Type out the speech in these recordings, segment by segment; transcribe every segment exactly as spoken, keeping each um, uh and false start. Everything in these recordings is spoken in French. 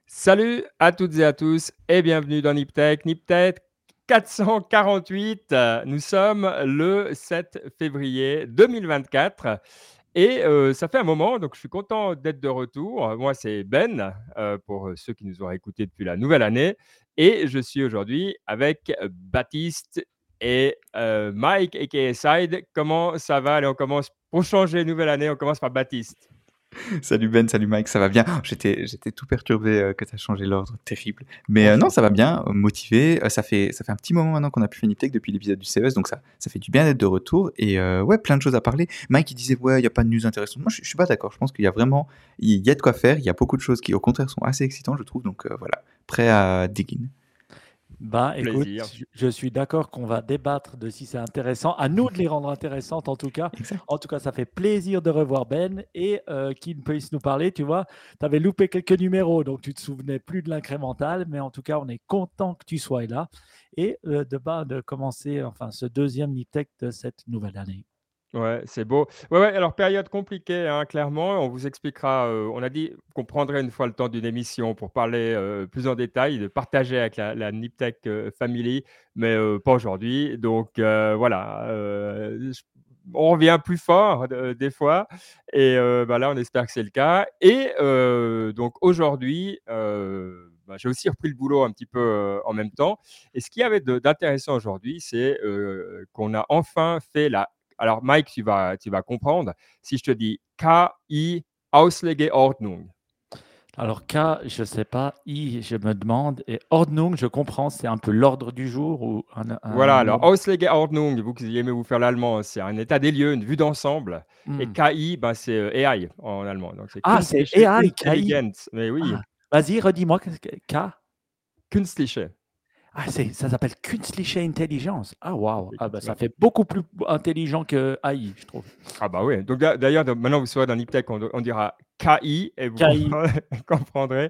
Salut à toutes et à tous et bienvenue dans Niptech. Niptech quatre cent quarante-huit. euh, Nous sommes le sept février deux mille vingt-quatre et euh, ça fait un moment, donc je suis content d'être de retour. Moi, c'est Ben, euh, pour ceux qui nous auraient écoutés depuis la nouvelle année. Et je suis aujourd'hui avec Baptiste et euh, Mike, aka Side. Comment ça va? Allez, on commence pour changer nouvelle année. On commence par Baptiste. Salut Ben, salut Mike, ça va bien? J'étais, j'étais tout perturbé euh, que tu as changé l'ordre, terrible. Mais euh, non, ça va Enchanté. bien, euh, motivé. Euh, ça fait, ça fait un petit moment maintenant qu'on a pu faire Niptech depuis l'épisode du C E S, donc ça, ça fait du bien d'être de retour. Et euh, ouais, plein de choses à parler. Mike, il disait, ouais, il n'y a pas de news intéressantes. Moi, je, je suis pas d'accord. Je pense qu'il y a vraiment, il y a de quoi faire. Il y a beaucoup de choses qui, au contraire, sont assez excitantes, je trouve. Donc euh, voilà, prêt à dig in. Ben, écoute, Plaisir. je je suis d'accord qu'on va débattre de si c'est intéressant. À nous de les rendre intéressantes, en tout cas. Exact. En tout cas, ça fait plaisir de revoir Ben et euh, qu'il puisse nous parler. Tu vois, tu avais loupé quelques numéros, donc tu te souvenais plus de l'incrémental. Mais en tout cas, on est content que tu sois là et euh, de, bah, de commencer enfin, ce deuxième Niptech de cette nouvelle année. Ouais, c'est beau. Ouais, ouais, alors période compliquée, hein, clairement. On vous expliquera. Euh, on a dit qu'on prendrait une fois le temps d'une émission pour parler euh, plus en détail, de partager avec la, la Niptech euh, Family, mais euh, pas aujourd'hui. Donc euh, voilà, euh, je- on revient plus fort euh, des fois. Et euh, bah là, on espère que c'est le cas. Et euh, donc aujourd'hui, euh, bah, j'ai aussi repris le boulot un petit peu euh, en même temps. Et ce qu'il y avait de- d'intéressant aujourd'hui, c'est euh, qu'on a enfin fait la alors, Mike, tu vas, tu vas comprendre si je te dis K I Auslegeordnung. Alors, K, je ne sais pas. I, je me demande. Et Ordnung, je comprends, c'est un peu l'ordre du jour ou un, Voilà, un alors ordre. Auslegeordnung, vous qui aimez vous faire l'allemand, c'est un état des lieux, une vue d'ensemble. Et Hmm. K I, ben, c'est euh, A I en allemand. Donc, c'est Ah, c'est Künstliche A I, K I. Intelligenz. Mais oui, Ah, vas-y, redis-moi. qu'est-ce que- K. Künstliche. Ah, c'est, ça s'appelle Künstliche Intelligence. Ah, waouh. Ah, bah, ça Ouais. fait beaucoup plus intelligent que A I, je trouve. Ah bah oui. Donc d'a- d'ailleurs, donc, maintenant vous serez dans Niptech, on, on dira K I et vous K I. comprendrez. comprendrez.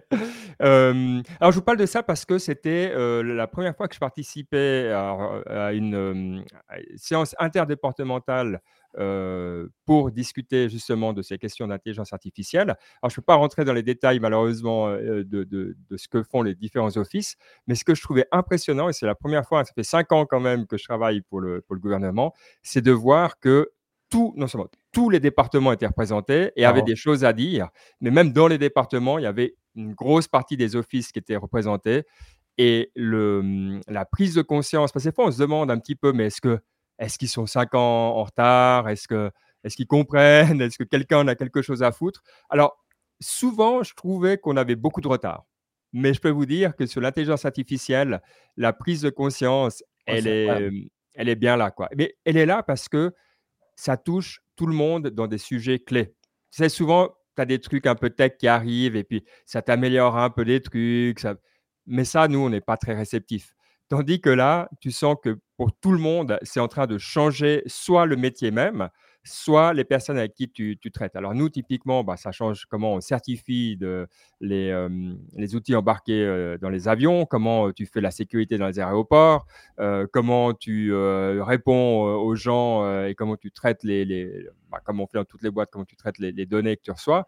Euh, alors je vous parle de ça parce que c'était euh, la première fois que je participais à, à une, euh, à une séance interdépartementale euh, pour discuter justement de ces questions d'intelligence artificielle. Alors je ne peux pas rentrer dans les détails malheureusement euh, de, de- de ce que font les différents offices, mais ce que je trouvais impressionnant, et c'est la première fois, ça fait cinq ans quand même que je travaille pour le, pour le gouvernement, c'est de voir que tout, non seulement tous les départements étaient représentés et avaient Wow. des choses à dire, mais même dans les départements, il y avait une grosse partie des offices qui étaient représentés. Et le, la prise de conscience, parce que des fois, on se demande un petit peu, mais est-ce que est-ce qu'ils sont cinq ans en retard? Est-ce que est-ce qu'ils comprennent? Est-ce que quelqu'un en a quelque chose à foutre? Alors, souvent, je trouvais qu'on avait beaucoup de retard. Mais je peux vous dire que sur l'intelligence artificielle, la prise de conscience, Ouais, elle c'est est, incroyable. elle est bien là, quoi. Mais elle est là parce que ça touche tout le monde dans des sujets clés. Tu sais, souvent, tu as des trucs un peu tech qui arrivent et puis ça t'améliore un peu des trucs. Ça... Mais ça, nous, on n'est pas très réceptifs. Tandis que là, tu sens que pour tout le monde, c'est en train de changer soit le métier même, soit les personnes avec qui tu, tu traites. Alors nous, typiquement, bah, ça change comment on certifie de, les, euh, les outils embarqués euh, dans les avions, comment euh, tu fais la sécurité dans les aéroports, euh, comment tu euh, réponds euh, aux gens euh, et comment tu traites les, les bah, comme on fait dans toutes les boîtes, comment tu traites les, les données que tu reçois.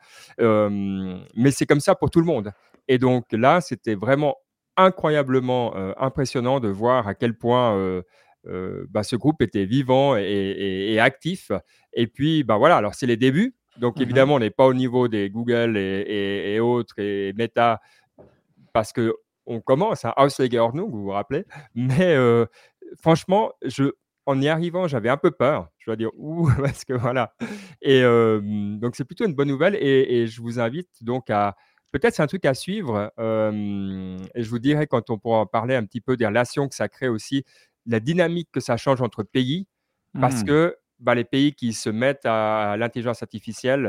Euh, mais c'est comme ça pour tout le monde. Et donc là, c'était vraiment incroyablement euh, impressionnant de voir à quel point euh, euh, bah, ce groupe était vivant et, et- et actif. Et puis, bah, voilà, alors c'est les débuts. Donc Mhm. évidemment, on n'est pas au niveau des Google et, et- et autres et Meta parce que on commence à Auslegeordnung, vous vous rappelez. Mais euh, franchement, je, en y arrivant, j'avais un peu peur. Je dois dire, ouh, parce que voilà. Et euh, donc, c'est plutôt une bonne nouvelle. Et, et je vous invite donc à. Peut-être c'est un truc à suivre. Euh, et je vous dirai quand on pourra en parler un petit peu des relations que ça crée aussi, la dynamique que ça change entre pays. Parce Hmm. que bah, les pays qui se mettent à l'intelligence artificielle,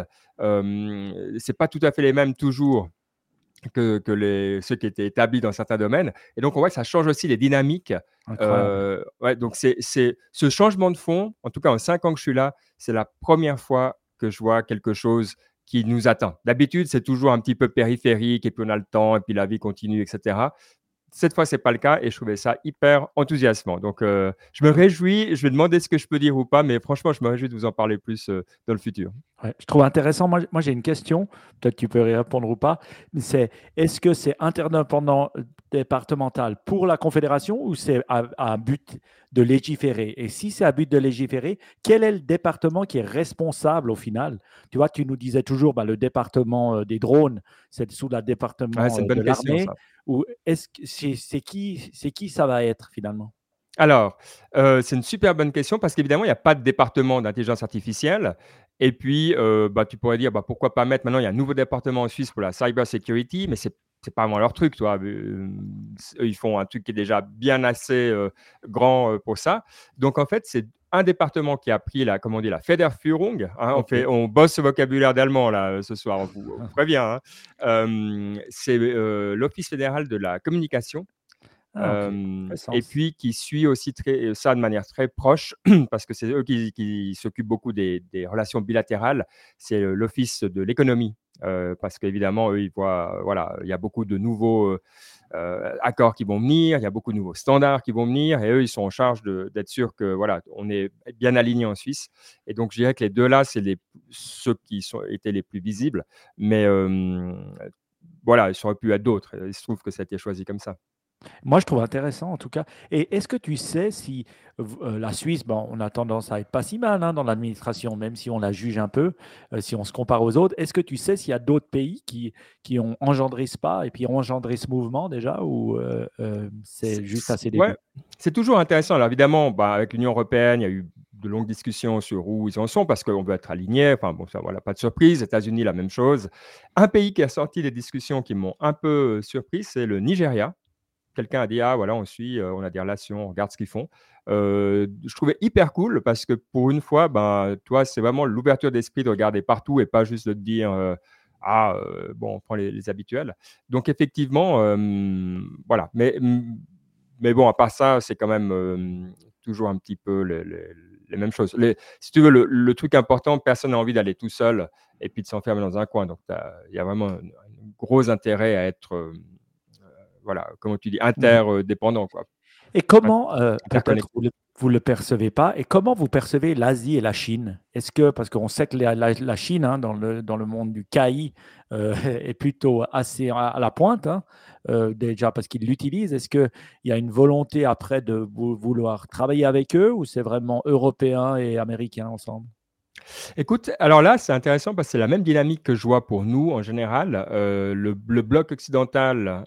euh, c'est pas tout à fait les mêmes toujours que, que les, ceux qui étaient établis dans certains domaines. Et donc, on voit que ça change aussi les dynamiques. Incroyable. Euh, ouais, donc, c'est, c'est ce changement de fond, en tout cas en cinq ans que je suis là, c'est la première fois que je vois quelque chose qui nous atteint. D'habitude, c'est toujours un petit peu périphérique, et puis on a le temps, et puis la vie continue, et cetera. Cette fois, ce n'est pas le cas, et je trouvais ça hyper enthousiasmant. Donc, euh, je me réjouis, je vais demander ce que je peux dire ou pas, mais franchement, je me réjouis de vous en parler plus euh, dans le futur. Ouais, je trouve intéressant. Moi, j- moi, j'ai une question. Peut-être tu peux y répondre ou pas. Mais c'est est-ce que c'est interdépendant euh, départemental pour la Confédération ou c'est à, à un but de légiférer? Et si c'est à but de légiférer, quel est le département qui est responsable au final? Tu vois, tu nous disais toujours bah, le département euh, des drones, c'est sous le Ouais, département c'est une euh, de bonne question, l'armée. ça. Ou est-ce que c'est c'est qui, c'est qui ça va être finalement? Alors, heu, c'est une super bonne question parce qu'évidemment, il y a pas de département d'intelligence artificielle et puis, heu, bah, tu pourrais dire: «Bah, pourquoi pas mettre» maintenant il y a un nouveau département en Suisse pour la cyber security, mais c'est c'est pas vraiment leur truc, tu vois? Hem, s eux, ils font un truc qui est déjà bien assez, heu, grand, heu, pour ça. Donc en fait, c'est un département qui a pris la comment on dit? La Federführung, hein, on fait Ok. on bosse ce vocabulaire d'allemand là, heu, ce soir, on vous on vous prévient, hein. Hem, c'est, heu, l'Office fédéral de la communication. Ah, ok. Ça Hem fait et sens. puis qui suit aussi très ça de manière très proche parce que c'est eux qui qui s'occupent beaucoup des des relations bilatérales. C'est, heu, l'Office de l'économie, heu, parce qu'évidemment, eux, ils voient, heu, voilà, il y a beaucoup de nouveaux, heu heu, accords qui vont venir, il y a beaucoup de nouveaux standards qui vont venir et eux, ils sont en charge de d'être sûrs que, voilà, on est bien alignés en Suisse et donc je dirais que les deux là, c'est les ceux qui sont étaient les plus visibles mais hem, voilà, ça aurait pu être d'autres. Il se trouve que ça a été choisi comme ça. Moi, je trouve intéressant en tout cas. Et est-ce que tu sais si euh, la Suisse, bon, on a tendance à être pas si mal hein, dans l'administration, même si on la juge un peu, euh, si on se compare aux autres. Est-ce que tu sais s'il y a d'autres pays qui, qui ont engendré ce pas et puis ont engendré ce mouvement déjà ou euh, euh, C'est c'est juste à c ses ouais, débuts? c'est toujours intéressant. Alors évidemment, bah, avec l'Union européenne, il y a eu de longues discussions sur où ils en sont parce qu'on veut être alignés. Enfin bon, ça voilà, pas de surprise. États-Unis, la même chose. Un pays qui a sorti des discussions qui m'ont un peu, heu, surpris, c'est le Nigeria. Quelqu'un a dit: «Ah voilà, on suit, heu, on a des relations, on regarde ce qu'ils font». Heu, je trouvais hyper cool parce que pour une fois, ben, tu vois, c'est vraiment l'ouverture d'esprit de regarder partout et pas juste de te dire, heu: «Ah, heu, bon, on prend les les habituels». Donc effectivement, hem, voilà, mais mmh, mais bon, à part ça, c'est quand même, hem, toujours un petit peu les les les mêmes choses. Les si tu veux, le le truc important, personne n'a envie d'aller tout seul et puis de s'enfermer dans un coin. Donc tu il y a vraiment un un gros intérêt à être, hem, voilà, comment tu dis? Mhm. Interdépendant, quoi. Et In comment, euh, peut-être interconnecté. vous le, vous le percevez pas, et comment vous percevez l'Asie et la Chine? Est-ce que, parce qu'on sait que la, la- la Chine, hein, dans le, dans le monde du K I, euh, est plutôt assez à, à la pointe, hein, euh, déjà parce qu'ils l'utilisent. Est-ce qu'il y a une volonté après de vou- vouloir travailler avec eux ou c'est vraiment européen et américain ensemble? Écoute, alors là, c'est intéressant parce que c'est la même dynamique que je vois pour nous en général. Heu, le le bloc occidental,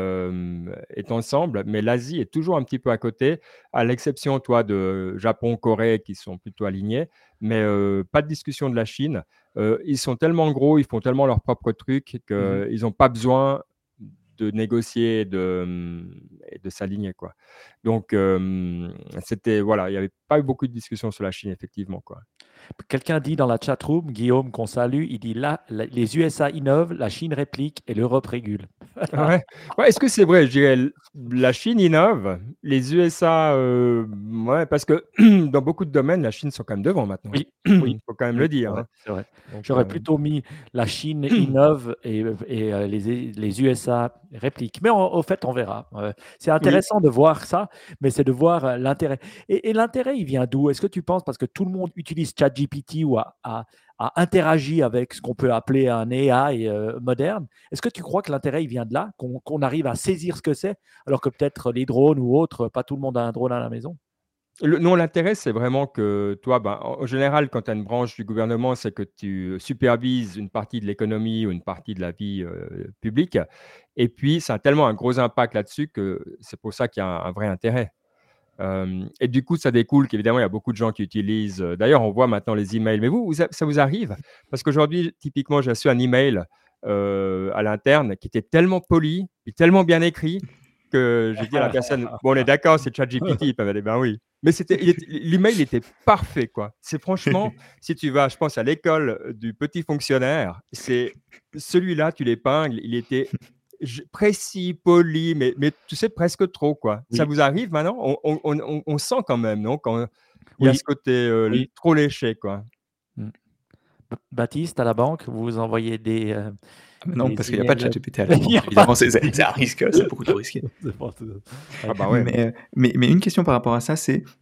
hem, est ensemble, mais l'Asie est toujours un petit peu à côté, à l'exception, toi, de Japon, Corée qui sont plutôt alignés, mais heu, pas de discussion de la Chine. Heu, ils sont tellement gros, ils font tellement leurs propres trucs Mhm. qu'ils n'ont pas besoin de négocier et de, mmh et de s'aligner, quoi. Donc hem, c'était voilà, il n'y avait pas eu beaucoup de discussions sur la Chine effectivement, quoi. Quelqu'un dit dans la chatroom, Guillaume, qu'on salue, il dit là, la- les U S A innovent, la Chine réplique et l'Europe régule. Ouais. Ouais, est-ce que c'est vrai? Je dirais l la Chine innove, les U S A, heu, mouais, parce que dans beaucoup de domaines, la Chine sont quand même devant maintenant. Oui, oui, Il faut quand même le oui, c'est dire, vrai, hein. c'est vrai. Donc J'aurais heu, plutôt mis la Chine innove et, et, euh, les, les U S A répliquent. Mais en- au fait, on verra. Euh, c'est oui. intéressant de voir ça, mais c'est de voir euh, l'intérêt. Et, et l'intérêt, il vient d'où? Est-ce que tu penses, parce que tout le monde utilise ChatGPT ou a, a, a interagi avec ce qu'on peut appeler un A I euh, moderne, est-ce que tu crois que l'intérêt, il vient de là, qu'on qu'on arrive à saisir ce que c'est, alors que peut-être les drones ou autres, pas tout le monde a un drone à la maison? Le non, l'intérêt, c'est vraiment que toi, ben, en en général, quand tu as une branche du gouvernement, c'est que tu supervises une partie de l'économie ou une partie de la vie, heu, publique et puis ça a tellement un gros impact là-dessus que c'est pour ça qu'il y a un un vrai intérêt. Hem et du coup, ça découle qu'évidemment, il y a beaucoup de gens qui utilisent, heu d'ailleurs, on voit maintenant les emails. Mais vous, vous a ça vous arrive? Parce qu'aujourd'hui, typiquement, j'ai reçu un email, heu, à l'interne qui était tellement poli et tellement bien écrit que j'ai dit à la personne: «Bon, on est d'accord, c'est ChatGPT?» Il m'a dit: «Ben oui». Mais c'était il était l'email était parfait, quoi. C'est franchement, si tu vas, je pense, à l'école, du petit fonctionnaire, c'est celui-là, tu l'épingles, il était je précis, poli, mais mais tu sais, presque trop, quoi. Ça Oui, vous arrive maintenant? On on on on on sent quand même, non? Quand il y a oui, ce côté, heu, l oui. trop léché, quoi. Mm. B- Baptiste, à la banque, vous envoyez des, euh, Ah mais non, des parce qu'il y a pas de emails. ChatGPT à la Il y banque. a pas Évidemment, c'est c'est c'est un risque, c'est beaucoup trop risqué. C'est pas tout- Ah Ouais. bah, ouais. Mais, heu, mais mais une question par rapport à ça, c'est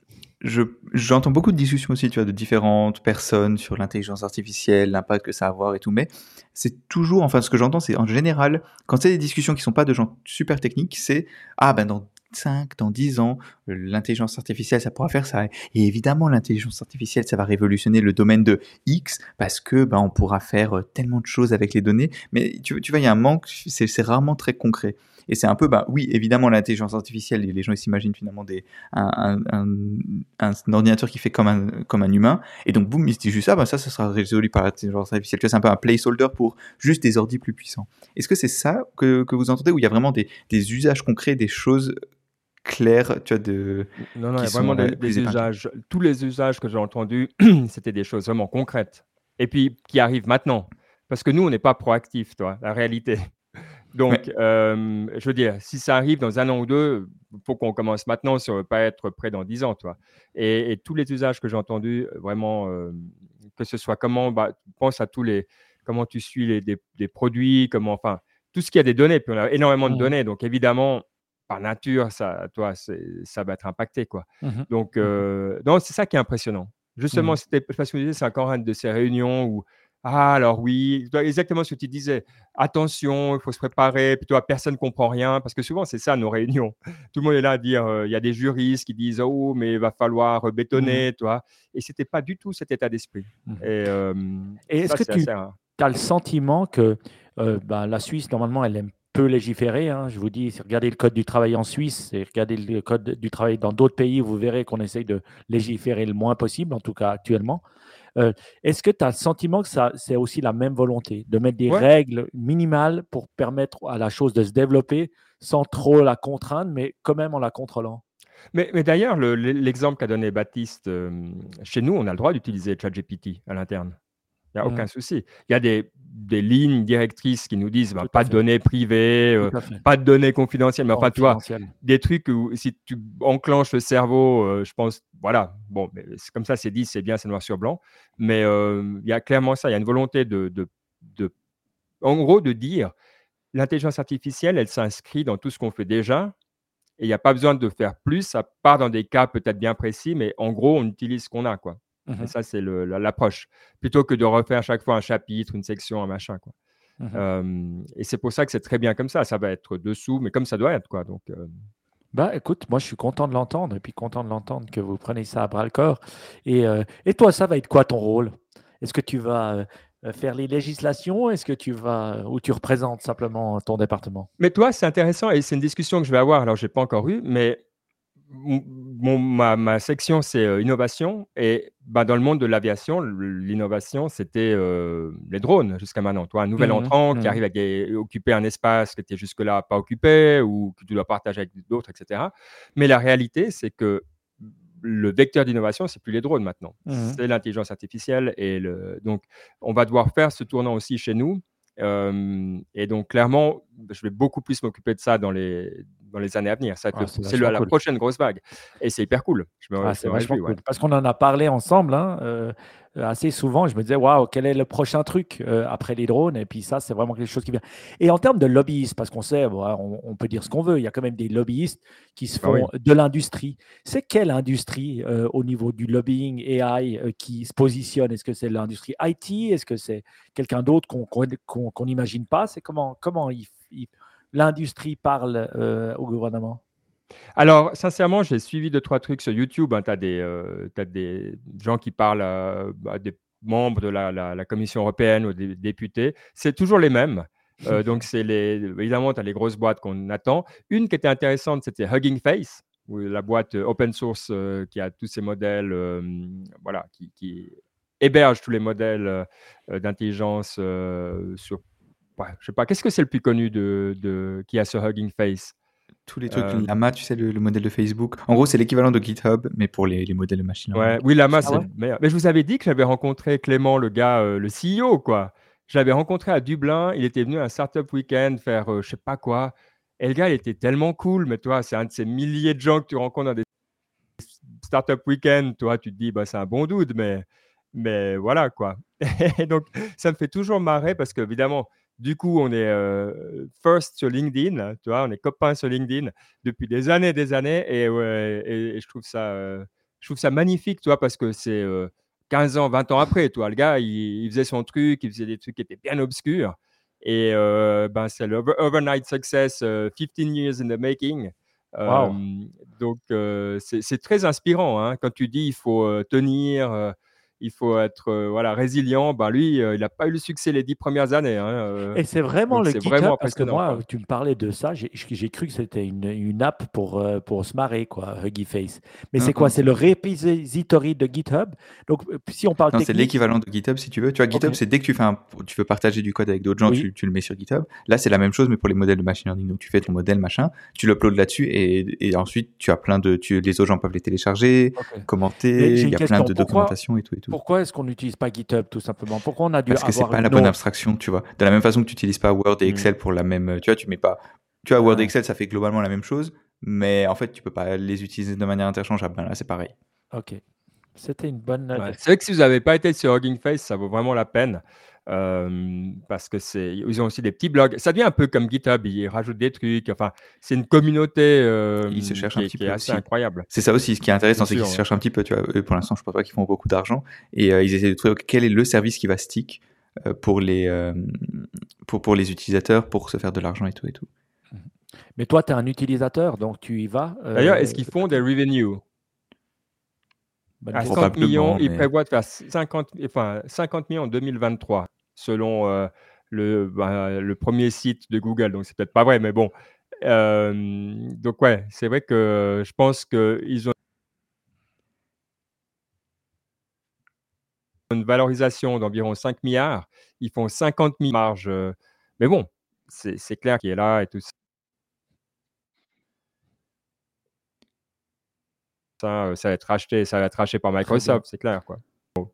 je j'entends beaucoup de discussions aussi, tu vois, de différentes personnes sur l'intelligence artificielle, l'impact que ça va avoir et tout, mais c'est toujours, enfin, ce que j'entends, c'est en général, quand c'est des discussions qui sont pas de gens super techniques, c'est ah ben dans cinq, dans dix ans, euh, l'intelligence artificielle, ça pourra faire ça. Et évidemment, l'intelligence artificielle, ça va révolutionner le domaine de X parce que ben on pourra faire euh, tellement de choses avec les données. Mais tu, tu vois, il y a un manque, c'est c'est rarement très concret. Et c'est un peu, bah oui, évidemment, l'intelligence artificielle, les gens ils s'imaginent finalement des, un, un, un, un ordinateur qui fait comme un, comme un humain, et donc boum, il se dit juste ça, bah ça, ça sera résolu par l'intelligence artificielle. Tu vois, c'est un peu un placeholder pour juste des ordis plus puissants. Est-ce que c'est ça que, que vous entendez, où il y a vraiment des, des usages concrets, des choses claires, tu vois, de, Non, non, il y qui a vraiment sont euh, des, plus des épinglées? usages. Tous les usages que j'ai entendus, c'était des choses vraiment concrètes. Et puis, qui arrivent maintenant. Parce que nous, on n'est pas proactifs, toi, la réalité. Donc, Ouais. euh, je veux dire, si ça arrive dans un an ou deux, il faut qu'on commence maintenant, si on ne veut pas être prêt dans dix ans, toi. Et, et tous les usages que j'ai entendus, vraiment, euh, que ce soit comment, bah, pense à tous les, comment tu suis les, des, des produits, comment, enfin, tout ce qui a des données, puis on a énormément de Mhm. données, donc évidemment, par nature, ça, toi, c'est- ça va être impacté, quoi. Mhm. Donc, Mhm. euh, non, c'est ça qui est impressionnant. Justement, Mhm. c'était, parce que je disais, c'est encore une de ces réunions où, ah, alors oui, toi, exactement ce que tu disais. Attention, il faut se préparer. Puis toi, personne ne comprend rien. Parce que souvent, c'est ça nos réunions. Tout le monde est là à dire, euh, il y a des juristes qui disent, oh, mais il va falloir euh, Mhm. bétonner, toi. Et ce n'était pas du tout cet état d'esprit. Mhm. Et euh, Et est-ce ça, que c'est tu assez rare. as le sentiment que euh, ben, la Suisse, normalement, elle aime peu légiférer, hein. Je vous dis, si regardez le code du travail en Suisse et regardez le code du travail dans d'autres pays, vous verrez qu'on essaye de légiférer le moins possible, en tout cas actuellement. Euh, Est-ce que tu as le sentiment que ça, c'est aussi la même volonté, de mettre des Ouais. règles minimales pour permettre à la chose de se développer sans trop la contraindre, mais quand même en la contrôlant? Mais, mais d'ailleurs, le- le- l'exemple qu'a donné Baptiste, euh, chez nous, on a le droit d'utiliser ChatGPT à l'interne. Il n'y a aucun Mhm. souci. Il y a des, des lignes directrices qui nous disent bah, Tout à pas de fait, données privées, tout euh, à fait. pas de données confidentielles. Mais enfin, tu vois, Confidentiel. des trucs où si tu enclenches le cerveau, euh, je pense, voilà, bon, mais c'est comme ça, c'est dit, c'est bien, c'est noir sur blanc. Mais euh, il y a clairement ça, il y a une volonté de, de, de- en gros, de dire l'intelligence artificielle, elle s'inscrit dans tout ce qu'on fait déjà. Et il n'y a pas besoin de faire plus, ça part dans des cas peut-être bien précis, mais en gros, on utilise ce qu'on a, quoi. Et Mhm. ça, c'est le- la- l'approche. Plutôt que de refaire à chaque fois un chapitre, une section, un machin, quoi. Mhm. Euh, et c'est pour ça que c'est très bien comme ça. Ça va être dessous, mais comme ça doit être, quoi. Donc, euh, Bah, écoute, moi, je suis content de l'entendre et puis content de l'entendre que vous prenez ça à bras le corps. Et, euh, et toi, ça va être quoi ton rôle? Est-ce que tu vas euh, euh, faire les législations? Est-ce que tu vas ou tu représentes simplement ton département? Mais toi, c'est intéressant et c'est une discussion que je vais avoir. Alors, je n'ai pas encore eu, mais mon- mon- ma, ma section, c'est euh, innovation. Et bah, dans le monde de l'aviation, l- l'innovation, c'était euh, les drones jusqu'à maintenant. Toi, un nouvel Mhm, entrant qui mhm, arrive à ga- occuper un espace qui était jusque-là pas occupé ou que tu dois partager avec d'autres, et cetera. Mais la réalité, c'est que le vecteur d'innovation, c'est plus les drones maintenant. mhm. C'est l'intelligence artificielle. Et le, donc, on va devoir faire ce tournant aussi chez nous. Euh, et donc, clairement, je vais beaucoup plus m'occuper de ça dans les, dans les années à venir. Ça va être Ah, le- c'est c'est le- vachement la cool. prochaine grosse vague. Et c'est hyper cool. Je me, Ah, je c'est me vachement réjouis, ouais. cool. Parce qu'on en a parlé ensemble, hein, euh, assez souvent. Je me disais, waouh, quel est le prochain truc euh, après les drones? Et puis ça, c'est vraiment quelque chose qui vient. Et en termes de lobbyistes, parce qu'on sait, bon, on, on peut dire ce qu'on veut, il y a quand même des lobbyistes qui se Bah oui. font de l'industrie. C'est quelle industrie euh, au niveau du lobbying A I euh, qui se positionne? Est-ce que c'est l'industrie I T? Est-ce que c'est quelqu'un d'autre qu'on qu'on qu'on- qu'on n'imagine pas? C'est comment, comment il- il- l'industrie parle euh, au gouvernement? Alors, sincèrement, j'ai suivi deux, trois trucs sur YouTube. Tu as des, euh, t'as des gens qui parlent à, à des membres de la, la- la Commission européenne ou des députés. C'est toujours les mêmes. Euh, donc, c'est les, évidemment, tu as les grosses boîtes qu'on attend. Une qui était intéressante, c'était Hugging Face, où la boîte euh, open source euh, qui a tous ces modèles, euh, voilà, qui, qui héberge tous les modèles euh, euh, d'intelligence euh, sur. Ouais, je sais pas, qu'est-ce que c'est le plus connu de, de, qui a ce Hugging Face? Tous les trucs, Euh, Llama, tu sais, le, le modèle de Facebook. En gros, c'est l'équivalent de GitHub, mais pour les, les modèles de machine learning. Ouais, oui, Lama, Ah c'est ouais? le meilleur. Mais je vous avais dit que j'avais rencontré Clément, le gars, euh, le C E O, quoi. Je l'avais rencontré à Dublin. Il était venu à un Startup Weekend faire euh, je sais pas quoi. Et le gars, il était tellement cool. Mais toi, c'est un de ces milliers de gens que tu rencontres dans des Startup Weekend. Toi, tu te dis, bah, c'est un bon dude, mais, mais voilà, quoi. Et donc, ça me fait toujours marrer parce qu'évidemment, du coup, on est euh, first sur LinkedIn, là, tu vois, on est copains sur LinkedIn depuis des années et des années. Et, ouais, et, et je trouve ça. euh, je trouve ça magnifique, tu vois, parce que c'est euh, quinze ans, vingt ans après, toi. Le gars, il, il faisait son truc, il faisait des trucs qui étaient bien obscurs. Et euh, ben, c'est le over- overnight success, euh, fifteen years in the making. Euh, Waouh. donc, euh, c'est c'est très inspirant, hein. Quand tu dis il faut euh, tenir, euh, il faut être euh, voilà, résilient, ben lui, euh, il n'a pas eu le succès les dix premières années, hein, euh, Et c'est vraiment donc, le c'est GitHub, vraiment parce que impressionnant, moi, quoi. tu me parlais de ça, j'ai j'ai cru que c'était une, une app pour, euh, pour se marrer, quoi, Huggy Face. Mais c'est quoi? Mhm. C'est le repository de GitHub. Donc, euh, si on parle Non, c'est technique, l'équivalent de GitHub si tu veux. Tu vois, ok, GitHub, c'est dès que tu fais un, tu veux partager du code avec d'autres gens, oui, tu, tu le mets sur GitHub. Là, c'est la même chose, mais pour les modèles de machine learning. Donc, tu fais ton modèle, machin, tu l'uploades là-dessus et, et ensuite, tu as plein de, tu, les autres gens peuvent les télécharger, ok. Mais commenter, j'ai il une y a plein question. de Pourquoi, documentation et tout et tout. pourquoi est-ce qu'on n'utilise pas GitHub, tout simplement? Pourquoi on a dû Parce que c'est avoir pas la une bonne autre? abstraction, tu vois. De la même façon que tu n'utilises pas Word et Hmm. Excel pour la même, tu vois, tu mets pas, tu vois, Word et Ah, Excel, ça fait globalement la même chose, mais en fait, tu peux pas les utiliser de manière interchangeable. Ben là, c'est pareil. ok. C'était une bonne. euh, Ouais. C'est vrai que si vous n'avez pas été sur Hugging Face, ça vaut vraiment la peine. euh, parce que c'est, ils ont aussi des petits blogs. Ça devient un peu comme GitHub, ils rajoutent des trucs. Enfin, c'est une communauté euh, Ils se cherchent qui un est, petit qui est peu assez aussi. incroyable. C'est ça aussi, ce qui est Bien intéressant, c'est qu'ils sûr, se ouais. cherchent un petit peu, tu vois. Eux, pour l'instant, je pense pas qu'ils font beaucoup d'argent. Et euh, ils essaient de trouver quel est le service qui va stick euh, pour, les, euh, pour, pour les utilisateurs, pour se faire de l'argent et tout et tout. Mais toi, tu es un utilisateur, donc tu y vas. D'ailleurs, euh, est-ce qu'ils font des revenus? Bonne À question. cinquante millions, Probablement, ils mais prévoient de faire cinquante, enfin, cinquante millions en deux mille vingt-trois, selon euh, le, bah, le premier site de Google. Donc, c'est peut-être pas vrai, mais bon. Euh, donc, ouais, c'est vrai que je pense qu'ils ont une valorisation d'environ cinq milliards. Ils font cinquante millions de marge. euh, Mais bon, c'est c'est clair qu'il est là et tout ça. euh, Ça va être racheté, ça va être racheté par Très bien. Microsoft, c'est clair, quoi.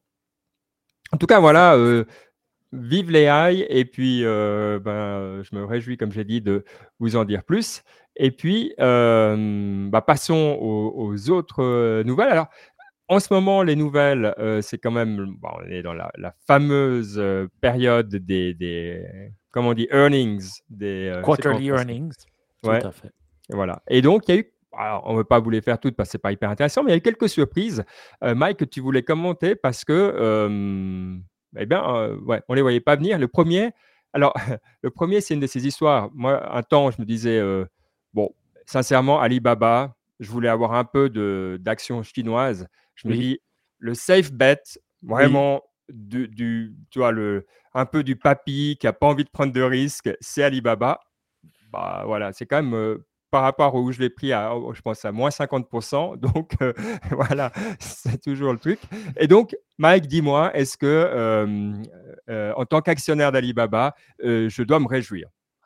En tout cas, voilà. euh, Vive l'A I et puis euh, ben, euh, je me réjouis, comme j'ai dit, de vous en dire plus. Et puis, euh, bah, passons aux, aux autres euh, nouvelles. Alors, en ce moment, les nouvelles, euh, c'est quand même, bon, on est dans la, la fameuse euh, période des, des, comment on dit, earnings, des, euh, c'est quoi en Quarterly français? earnings, tout Ouais, à fait. et voilà. Et donc, il y a eu, alors, on ne veut pas vous les faire toutes parce que c'est pas hyper intéressant, mais il y a eu quelques surprises, euh, Mike, que tu voulais commenter parce que, euh, eh bien, euh, ouais, on les voyait pas venir. Le premier, alors, le premier, c'est une de ces histoires. Moi, un temps, je me disais, euh, bon, sincèrement, Alibaba, je voulais avoir un peu de d'action chinoise. Je me Oui, dis, le safe bet, oui. vraiment, du, du, tu vois, le, un peu du papy qui a pas envie de prendre de risques, c'est Alibaba. Bah, voilà, c'est quand même euh, par rapport où je l'ai pris, à, oh, je pense à moins cinquante pour cent. Donc, euh, voilà, c'est toujours le truc. Et donc, Mike, dis-moi, est-ce que, euh, euh, en tant qu'actionnaire d'Alibaba, euh, je dois me réjouir?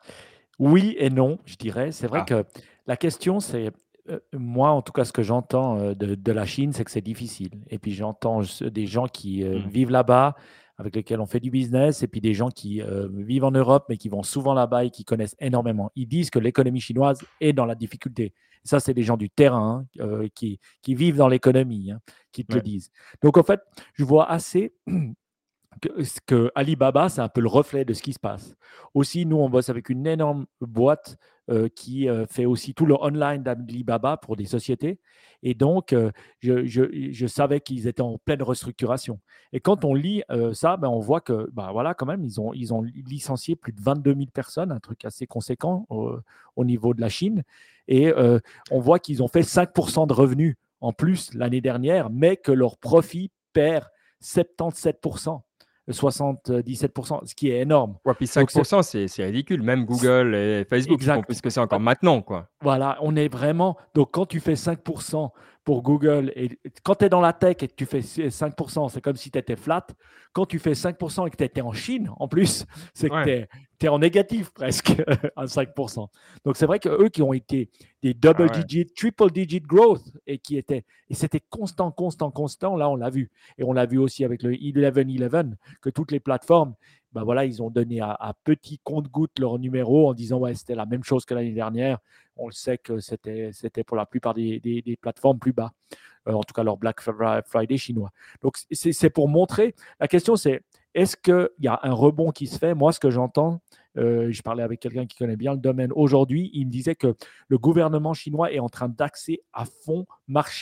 Oui et non, je dirais. C'est vrai Ah, que la question, c'est, euh, moi, en tout cas, ce que j'entends euh, de, de la Chine, c'est que c'est difficile. Et puis, j'entends ce- des gens qui euh, hmm, vivent là-bas, avec lesquels on fait du business, et puis des gens qui euh, vivent en Europe, mais qui vont souvent là-bas et qui connaissent énormément. Ils disent que l'économie chinoise est dans la difficulté. Ça, c'est des gens du terrain hein, euh, qui, qui vivent dans l'économie, hein, qui te le ouais, disent. Donc, en fait, je vois assez que, que Alibaba, c'est un peu le reflet de ce qui se passe. Aussi, nous, on bosse avec une énorme boîte euh, qui euh, fait aussi tout le online d'Alibaba pour des sociétés. Et donc, euh, je, je, je, savais qu'ils étaient en pleine restructuration. Et quand on lit euh, ça, ben, on voit que, ben, voilà, quand même, ils ont, ils ont licencié plus de vingt-deux mille personnes, un truc assez conséquent au, au niveau de la Chine. Et euh, on voit qu'ils ont fait cinq pour cent de revenus en plus l'année dernière, mais que leur profit perd soixante-dix-sept pour cent. soixante-dix-sept pour cent, ce qui est énorme. ouais, puis Donc, c'est cinq pour cent, c'est c'est ridicule. Même Google et Facebook, ils font plus exact. que ça encore maintenant, quoi. Voilà, on est vraiment. Donc, quand tu fais cinq pour cent pour Google, et quand tu es dans la tech et que tu fais cinq pour cent, c'est comme si tu étais flat. Quand tu fais cinq pour cent et que tu étais en Chine, en plus, c'est que tu Ouais, es, es en négatif presque à cinq pour cent. Donc, c'est vrai qu'eux qui ont été des ah double ouais. digit, triple digit growth et qui étaient, et c'était constant, constant, constant, là, on l'a vu. Et on l'a vu aussi avec le onze onze, que toutes les plateformes, ben voilà, ils ont donné à, à petits compte-gouttes leur numéro en disant, ouais, c'était la même chose que l'année dernière. On le sait que c'était, c'était pour la plupart des, des, des plateformes plus bas, euh, en tout cas leur Black Friday chinois. Donc, c'est, c'est pour montrer. La question, c'est est-ce qu'il y a un rebond qui se fait? Moi, ce que j'entends, euh, je parlais avec quelqu'un qui connaît bien le domaine aujourd'hui, il me disait que le gouvernement chinois est en train d'axer à fond marché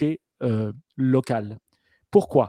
euh, local. Pourquoi ?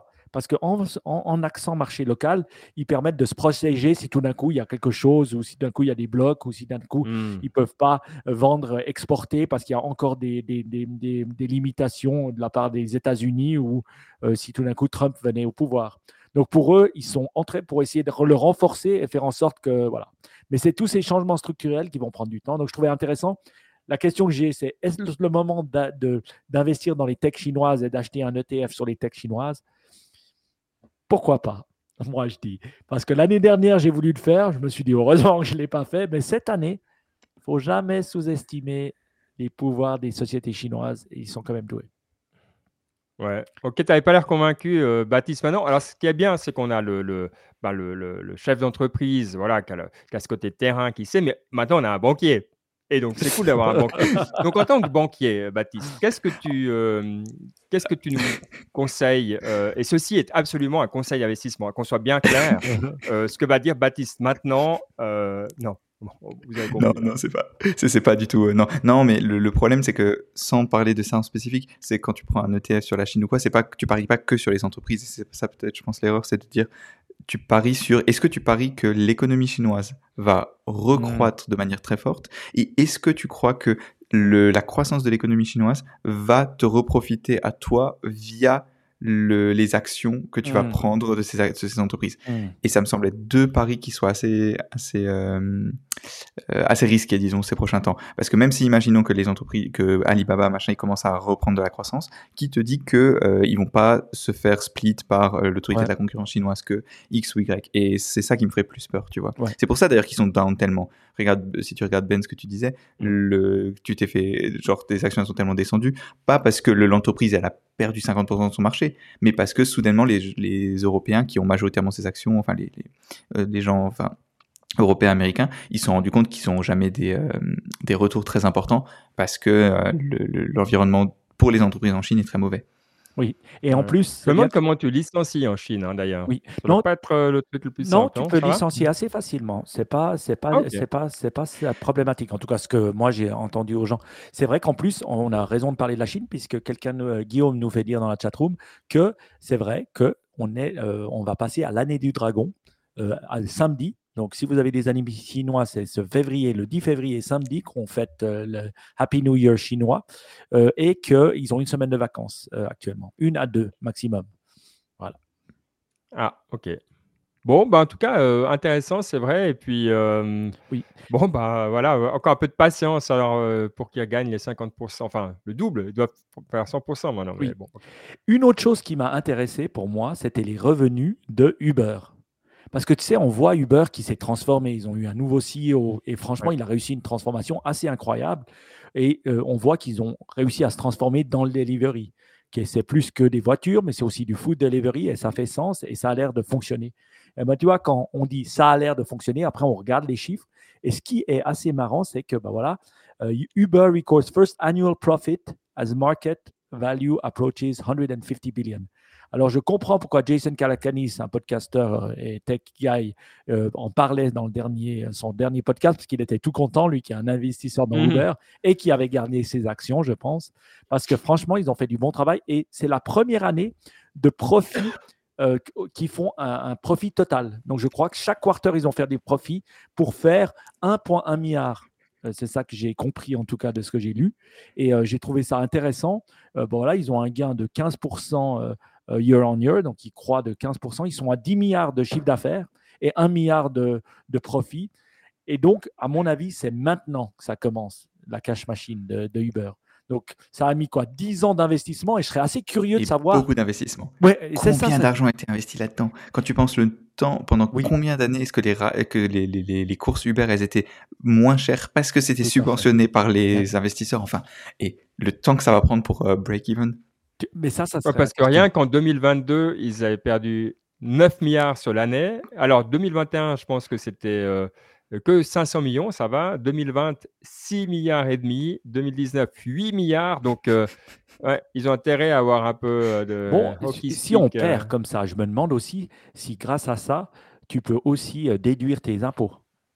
Parce qu'en en, en accent marché local, ils permettent de se protéger si tout d'un coup il y a quelque chose, ou si d'un coup il y a des blocs, ou si d'un coup Hmm. ils ne peuvent pas vendre, exporter, parce qu'il y a encore des, des, des, des, des limitations de la part des États-Unis, ou euh, si tout d'un coup Trump venait au pouvoir. Donc pour eux, ils sont entrés pour essayer de le renforcer et faire en sorte que… Voilà. Mais c'est tous ces changements structurels qui vont prendre du temps. Donc je trouvais intéressant. La question que j'ai, c'est est-ce le moment d'a- de, d'investir dans les techs chinoises et d'acheter un E T F sur les techs chinoises ? Pourquoi pas ? Moi, je dis. Parce que l'année dernière, j'ai voulu le faire. Je me suis dit, heureusement que je ne l'ai pas fait. Mais cette année, il ne faut jamais sous-estimer les pouvoirs des sociétés chinoises. Ils sont quand même doués. Ouais. Ok, tu n'avais pas l'air convaincu, euh, Baptiste. Maintenant, alors ce qui est bien, c'est qu'on a le, le, bah, le, le- le chef d'entreprise, voilà, qui a, le- qui a ce côté terrain, qui sait, mais maintenant on a un banquier. Et donc c'est cool d'avoir un banquier. Donc en tant que banquier, Baptiste, qu'est-ce que tu, euh, qu'est-ce que tu nous conseilles euh, Et ceci est absolument un conseil d'investissement, qu'on soit bien clair. Euh, ce que va dire Baptiste maintenant, euh, non, bon, vous avez Non, compris. non, c'est pas, c'est, c'est pas du tout. euh, non, non, mais le, le problème, c'est que sans parler de ça en spécifique, c'est quand tu prends un E T F sur la Chine ou quoi, c'est pas que tu paries pas que sur les entreprises. C'est ça peut-être, je pense, l'erreur, c'est de dire tu paries sur. Est-ce que tu paries que l'économie chinoise va recroître de manière très forte, et est-ce que tu crois que le, la croissance de l'économie chinoise va te reprofiter à toi via le, les actions que tu vas Mm. prendre de ces, de ces entreprises? Mm. Et ça me semble être deux paris qui soient assez, assez, euh, euh, assez risqué, disons, ces prochains temps. Parce que même si, imaginons que les entreprises, que Alibaba, machin, ils commencent à reprendre de la croissance, qui te dit que euh, ils vont pas se faire split par euh, l'autorité Ouais. de la concurrence chinoise que X ou Y. Et c'est ça qui me ferait plus peur, tu vois. Ouais. C'est pour ça d'ailleurs qu'ils sont down tellement. Regarde, si tu regardes Ben, ce que tu disais, Mm. le, tu t'es fait, genre, tes actions sont tellement descendues, pas parce que le- l'entreprise, elle a perdu cinquante pour cent de son marché, mais parce que soudainement, les, les Européens qui ont majoritairement ces actions, enfin, les, les, euh, les gens, enfin, européens, américains, ils se sont rendus compte qu'ils n'ont jamais des, euh, des retours très importants parce que euh, le- le- l'environnement pour les entreprises en Chine est très mauvais. Oui. Et en Ouais. plus, Je c'est me bien demande que… comment tu licencies en Chine, hein, d'ailleurs. Oui. Ça ne Non, doit pas être euh, le truc le plus non, simple, tu non peux Ça va licencier assez facilement. C'est pas, c'est pas, Ah, ok. c'est pas, c'est pas ça problématique. En tout cas, ce que moi j'ai entendu aux gens. C'est vrai qu'en plus, on a raison de parler de la Chine, puisque quelqu'un, nous- euh, Guillaume, nous fait dire dans la chatroom que c'est vrai que on est, euh, on va passer à l'année du dragon euh, à samedi. Donc, si vous avez des amis chinois, c'est ce février, le dix février, samedi, qu'on fête euh, le Happy New Year chinois, euh, et qu'ils ont une semaine de vacances euh, actuellement, une à deux maximum. Voilà. Ah, ok. Bon, bah, en tout cas, euh, intéressant, c'est vrai. Et puis, euh, Oui. bon, bah, voilà, euh, encore un peu de patience alors, euh, pour qu'ils gagnent les cinquante pour cent, enfin, le double. Ils doivent faire cent pour cent maintenant. Mais Oui. bon, ok. Une autre chose qui m'a intéressé pour moi, c'était les revenus de Uber. Parce que tu sais, on voit Uber qui s'est transformé. Ils ont eu un nouveau C E O et franchement, Ouais. il a réussi une transformation assez incroyable. Et euh, on voit qu'ils ont réussi à se transformer dans le delivery. Que c'est plus que des voitures, mais c'est aussi du food delivery et ça fait sens et ça a l'air de fonctionner. Et ben, tu vois, quand on dit ça a l'air de fonctionner, après on regarde les chiffres. Et ce qui est assez marrant, c'est que ben voilà, euh, Uber records first annual profit as market value approaches one hundred fifty billion. Alors, je comprends pourquoi Jason Calacanis, un podcasteur euh, et tech guy, euh, en parlait dans le dernier, son dernier podcast, parce qu'il était tout content, lui qui est un investisseur dans Mhm. Uber et qui avait gardé ses actions, je pense, parce que franchement, ils ont fait du bon travail et c'est la première année de profit euh, qui font un, un profit total. Donc, je crois que chaque quarter, ils ont fait des profits pour faire un virgule un milliard. Euh, C'est ça que j'ai compris, en tout cas, de ce que j'ai lu. Et euh, j'ai trouvé ça intéressant. Euh, bon, là, ils ont un gain de quinze pour cent euh, euh, year on year, donc ils croient de quinze pour cent. Ils sont à dix milliards de chiffre d'affaires et un milliard de, de profit. Et donc, à mon avis, c'est maintenant que ça commence, la cash machine de, de Uber. Donc, ça a mis quoi dix ans d'investissement et je serais assez curieux de Et savoir. beaucoup d'investissements. Ouais, c'est Combien ça, ça... d'argent a été investi là-dedans? Quand tu penses le temps, pendant Oui. combien d'années est-ce que les, ra- que les, les, les, les courses Uber, elles étaient moins chères parce que c'était Tout à subventionné par les Ouais. investisseurs, enfin, et le temps que ça va prendre pour euh, break-even? Tu- Mais ça, ça Ouais, serait parce que intéressant. rien qu'en deux mille vingt-deux, ils avaient perdu neuf milliards sur l'année. Alors, deux mille vingt et un, je pense que c'était euh, que cinq cents millions, ça va. deux mille vingt, six milliards et demi. deux mille dix-neuf, huit milliards. Donc, euh, ouais, ils ont intérêt à avoir un peu euh, Bon, de hockey si si on stick. euh. perd comme ça, je me demande aussi si grâce à ça, tu peux aussi euh, déduire tes impôts.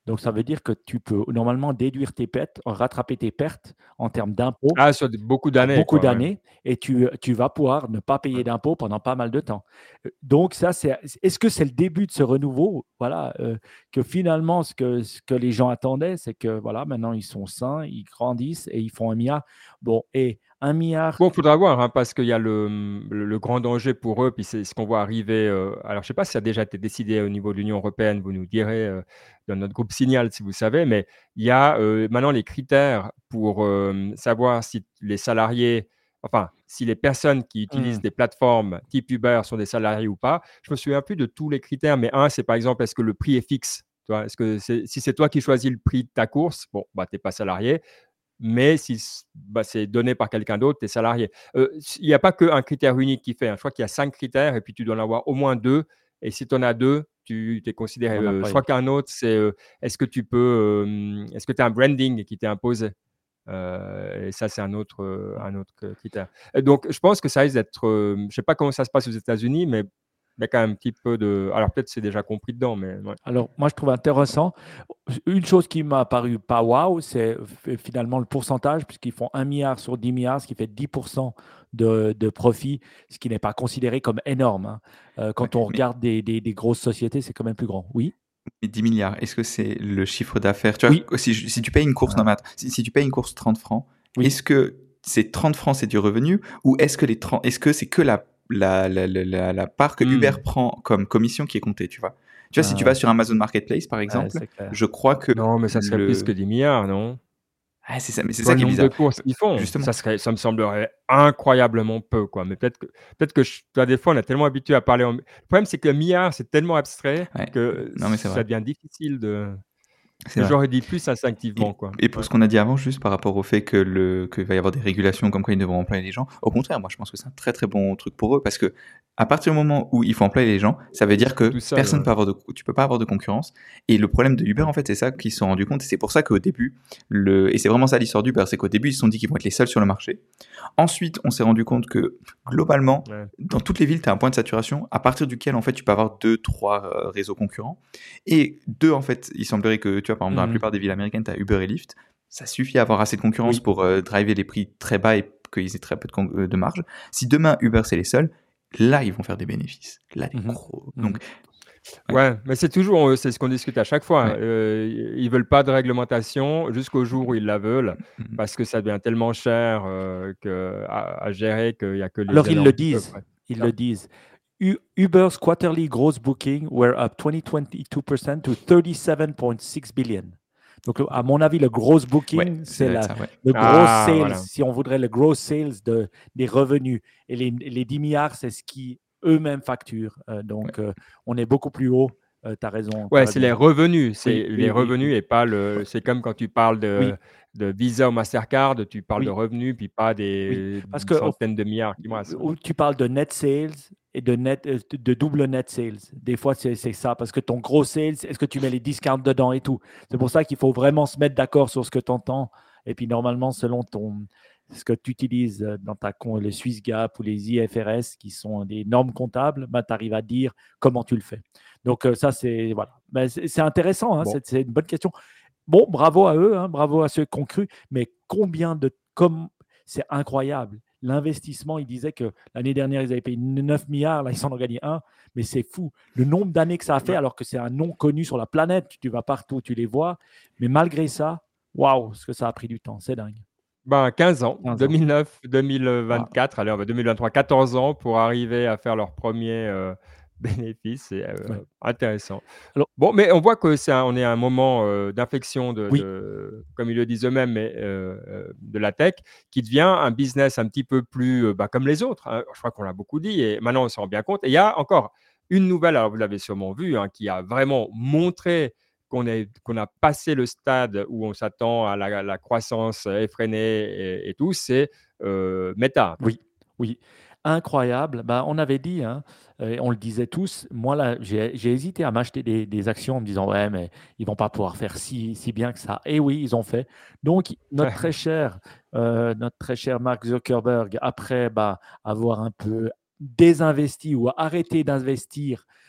Donc, ça veut dire que tu peux normalement déduire tes pertes, rattraper tes pertes en termes d'impôts Ah, sur des- beaucoup sur d'années, beaucoup quoi. Ouais. d'années et tu, tu vas pouvoir ne pas payer d'impôts pendant pas mal de temps. Euh, Donc, ça, c'est, est-ce que c'est le début de ce renouveau? Voilà, euh, que finalement, ce que, ce que les gens attendaient, c'est que voilà, maintenant, ils sont sains, ils grandissent et ils font un milliard. Bon, et un milliard, Bon, il faudra voir, hein, parce qu'il y a le, le, le grand danger pour eux, puis c'est ce qu'on voit arriver. euh, alors, je ne sais pas si ça a déjà été décidé au niveau de l'Union européenne, vous nous direz euh, dans notre groupe Signal si vous savez, mais il y a euh, maintenant les critères pour euh, savoir si les salariés, enfin, si les personnes qui utilisent Hmm. des plateformes type Uber sont des salariés ou pas. Je me souviens plus de tous les critères, mais un, c'est par exemple, est-ce que le prix est fixe? Tu vois, est-ce que c'est, si c'est toi qui choisis le prix de ta course, bon, bah, tu n'es pas salarié. Mais si bah, c'est donné par quelqu'un d'autre, tu es salarié. Euh, il n'y a pas qu'un critère unique qui fait. Hein. Je crois qu'il y a cinq critères et puis tu dois en avoir au moins deux. Et si tu en as deux, tu es considéré. on a Euh, je pas crois eu. qu'un autre, c'est euh, est-ce que tu peux. Euh, est-ce que tu as un branding qui t'est imposé? Euh, et ça, c'est un autre, euh, un autre critère. Et donc, je pense que ça risque d'être. Euh, je ne sais pas comment ça se passe aux États-Unis, mais il y a quand même un petit peu de. Alors, peut-être c'est déjà compris dedans, mais. Ouais. Alors, moi, je trouve intéressant. Une chose qui m'a paru pas waouh, c'est f- finalement le pourcentage, puisqu'ils font un milliard sur dix milliards, ce qui fait dix pour cent de, de profit, ce qui n'est pas considéré comme énorme. Hein. Euh, Ouais, quand on mais, regarde des, des- des grosses sociétés, c'est quand même plus grand. Oui, mais dix milliards, est-ce que c'est le chiffre d'affaires? Tu vois, oui, si, je- si tu payes une course, Ah. non, mais attends, si, si tu payes une course trente francs, oui. est-ce que ces trente francs, c'est du revenu ou est-ce que les trente est-ce que c'est que la, la, la, la, la- la part que Hmm. Uber prend comme commission qui est comptée, tu vois? Tu vois, si tu Ah, vas sur Amazon Marketplace, par ouais, exemple, c'est clair. je crois que Non, mais ça serait plus que le... dix milliards, non? Ah, c'est ça, mais c'est Tu vois ça le qui est nombre de bizarre. courses qu'ils font, Justement. ça serait ça me semblerait incroyablement peu, quoi. Mais peut-être que peut-être que je tu vois, des fois, on est tellement habitué à parler en le problème, c'est que le milliard, c'est tellement abstrait Ouais. que Non, mais c'est ça vrai. devient difficile de C'est mais vrai. j'aurais dit plus instinctivement, Et, quoi. et pour Ouais. ce qu'on a dit avant, juste par rapport au fait que le qu'il va y avoir des régulations comme quoi ils devront employer les gens, au contraire, moi je pense que c'est un très très bon truc pour eux parce que à partir du moment où il faut employer les gens, ça veut dire que Tout seul, personne ouais. peut avoir de, tu peux pas avoir de concurrence. Et le problème de Uber, en fait, c'est ça qu'ils se sont rendus compte. Et c'est pour ça qu'au début, le, et c'est vraiment ça l'histoire d'Uber, c'est qu'au début ils se sont dit qu'ils vont être les seuls sur le marché. Ensuite, on s'est rendu compte que globalement, Ouais. dans toutes les villes, tu as un point de saturation à partir duquel en fait tu peux avoir deux, trois euh, réseaux concurrents. Et deux, en fait, il semblerait que tu vois, par exemple, dans la Mhm. plupart des villes américaines, tu as Uber et Lyft. Ça suffit à avoir assez de concurrence Oui. pour euh, driver les prix très bas et qu'ils aient très peu de, con- euh, de marge. Si demain Uber c'est les seuls, là ils vont faire des bénéfices. Là, des Mhm. gros. Mhm. Donc, ouais. Ouais, mais c'est toujours, euh, c'est ce qu'on discute à chaque fois. Hein. Ouais. Euh, ils veulent pas de réglementation jusqu'au jour où ils la veulent, Mhm. parce que ça devient tellement cher euh, que, à, à gérer qu'il n'y a que les Alors, ils le énormes qui peuvent. disent. Ouais. Ils le disent. U- Uber's quarterly gross booking were up vingt, vingt-deux percent to thirty-seven point six billion. Donc, à mon avis, le gross Ouais, booking, ça c'est doit être la, ça, ouais. le gross Ah, sales, voilà. si on voudrait, le gross sales de, des revenus. Et les, les dix milliards, c'est ce qui eux-mêmes facturent. Euh, donc, Ouais. euh, on est beaucoup plus haut. Euh, tu as raison. t'as Ouais, c'est raison. les revenus. C'est Oui, les oui, oui, revenus oui. et pas le. C'est comme quand tu parles Oui, de, de Visa ou Mastercard, tu parles de oui, revenus, puis pas oui. des Parce que au- centaines de milliards qui brassent. où tu parles de net sales et de, net, euh, de double net sales. Des fois, c'est c'est ça, parce que ton gros sales, est-ce que tu mets les discounts dedans et tout? C'est pour ça qu'il faut vraiment se mettre d'accord sur ce que tu entends. Et puis, normalement, selon ton, ce que tu utilises euh, dans ta con, les Swiss Gap ou les I F R S, qui sont des normes comptables, ben, tu arrives à dire comment tu le fais. Donc, euh, ça, c'est voilà. Ben, c'est c'est intéressant, hein, Bon. c'est c'est une bonne question. Bon, bravo à eux, hein, bravo à ceux qui ont cru, mais combien de... Comme, c'est incroyable. L'investissement, il disait que l'année dernière, ils avaient payé neuf milliards, là, ils en ont gagné un, mais c'est fou. Le nombre d'années que ça a fait, alors que c'est un nom connu sur la planète, tu vas partout, tu les vois, mais malgré ça, waouh, ce que ça a pris du temps, c'est dingue. Ben, quinze ans, quinze ans. deux mille neuf, Waouh. deux mille vingt-quatre, allez, on va deux mille vingt-trois, quatorze ans pour arriver à faire leur premier euh, bénéfice. C'est euh, Ouais. intéressant. Alors, Bon, mais on voit que c'est un- on est à un moment euh, d'inflexion de, oui, de- comme ils le disent eux-mêmes, mais, euh, euh, de la tech, qui devient un business un petit peu plus euh, bah, comme les autres. Hein. Je crois qu'on l'a beaucoup dit et maintenant on s'en rend bien compte. Et il y a encore une nouvelle, alors vous l'avez sûrement vu, hein, qui a vraiment montré qu'on est, qu'on a passé le stade où on s'attend à la, la croissance effrénée et, et tout, c'est euh, Meta. oui, oui. Incroyable. Bah, on avait dit, hein, euh, on le disait tous, moi là, j'ai j'ai hésité à m'acheter des, des actions en me disant, ouais, mais ils vont pas pouvoir faire si, si bien que ça. Et oui, ils ont fait. Donc, notre très cher, euh, notre très cher Mark Zuckerberg, après bah, avoir un peu désinvesti ou arrêté d'investir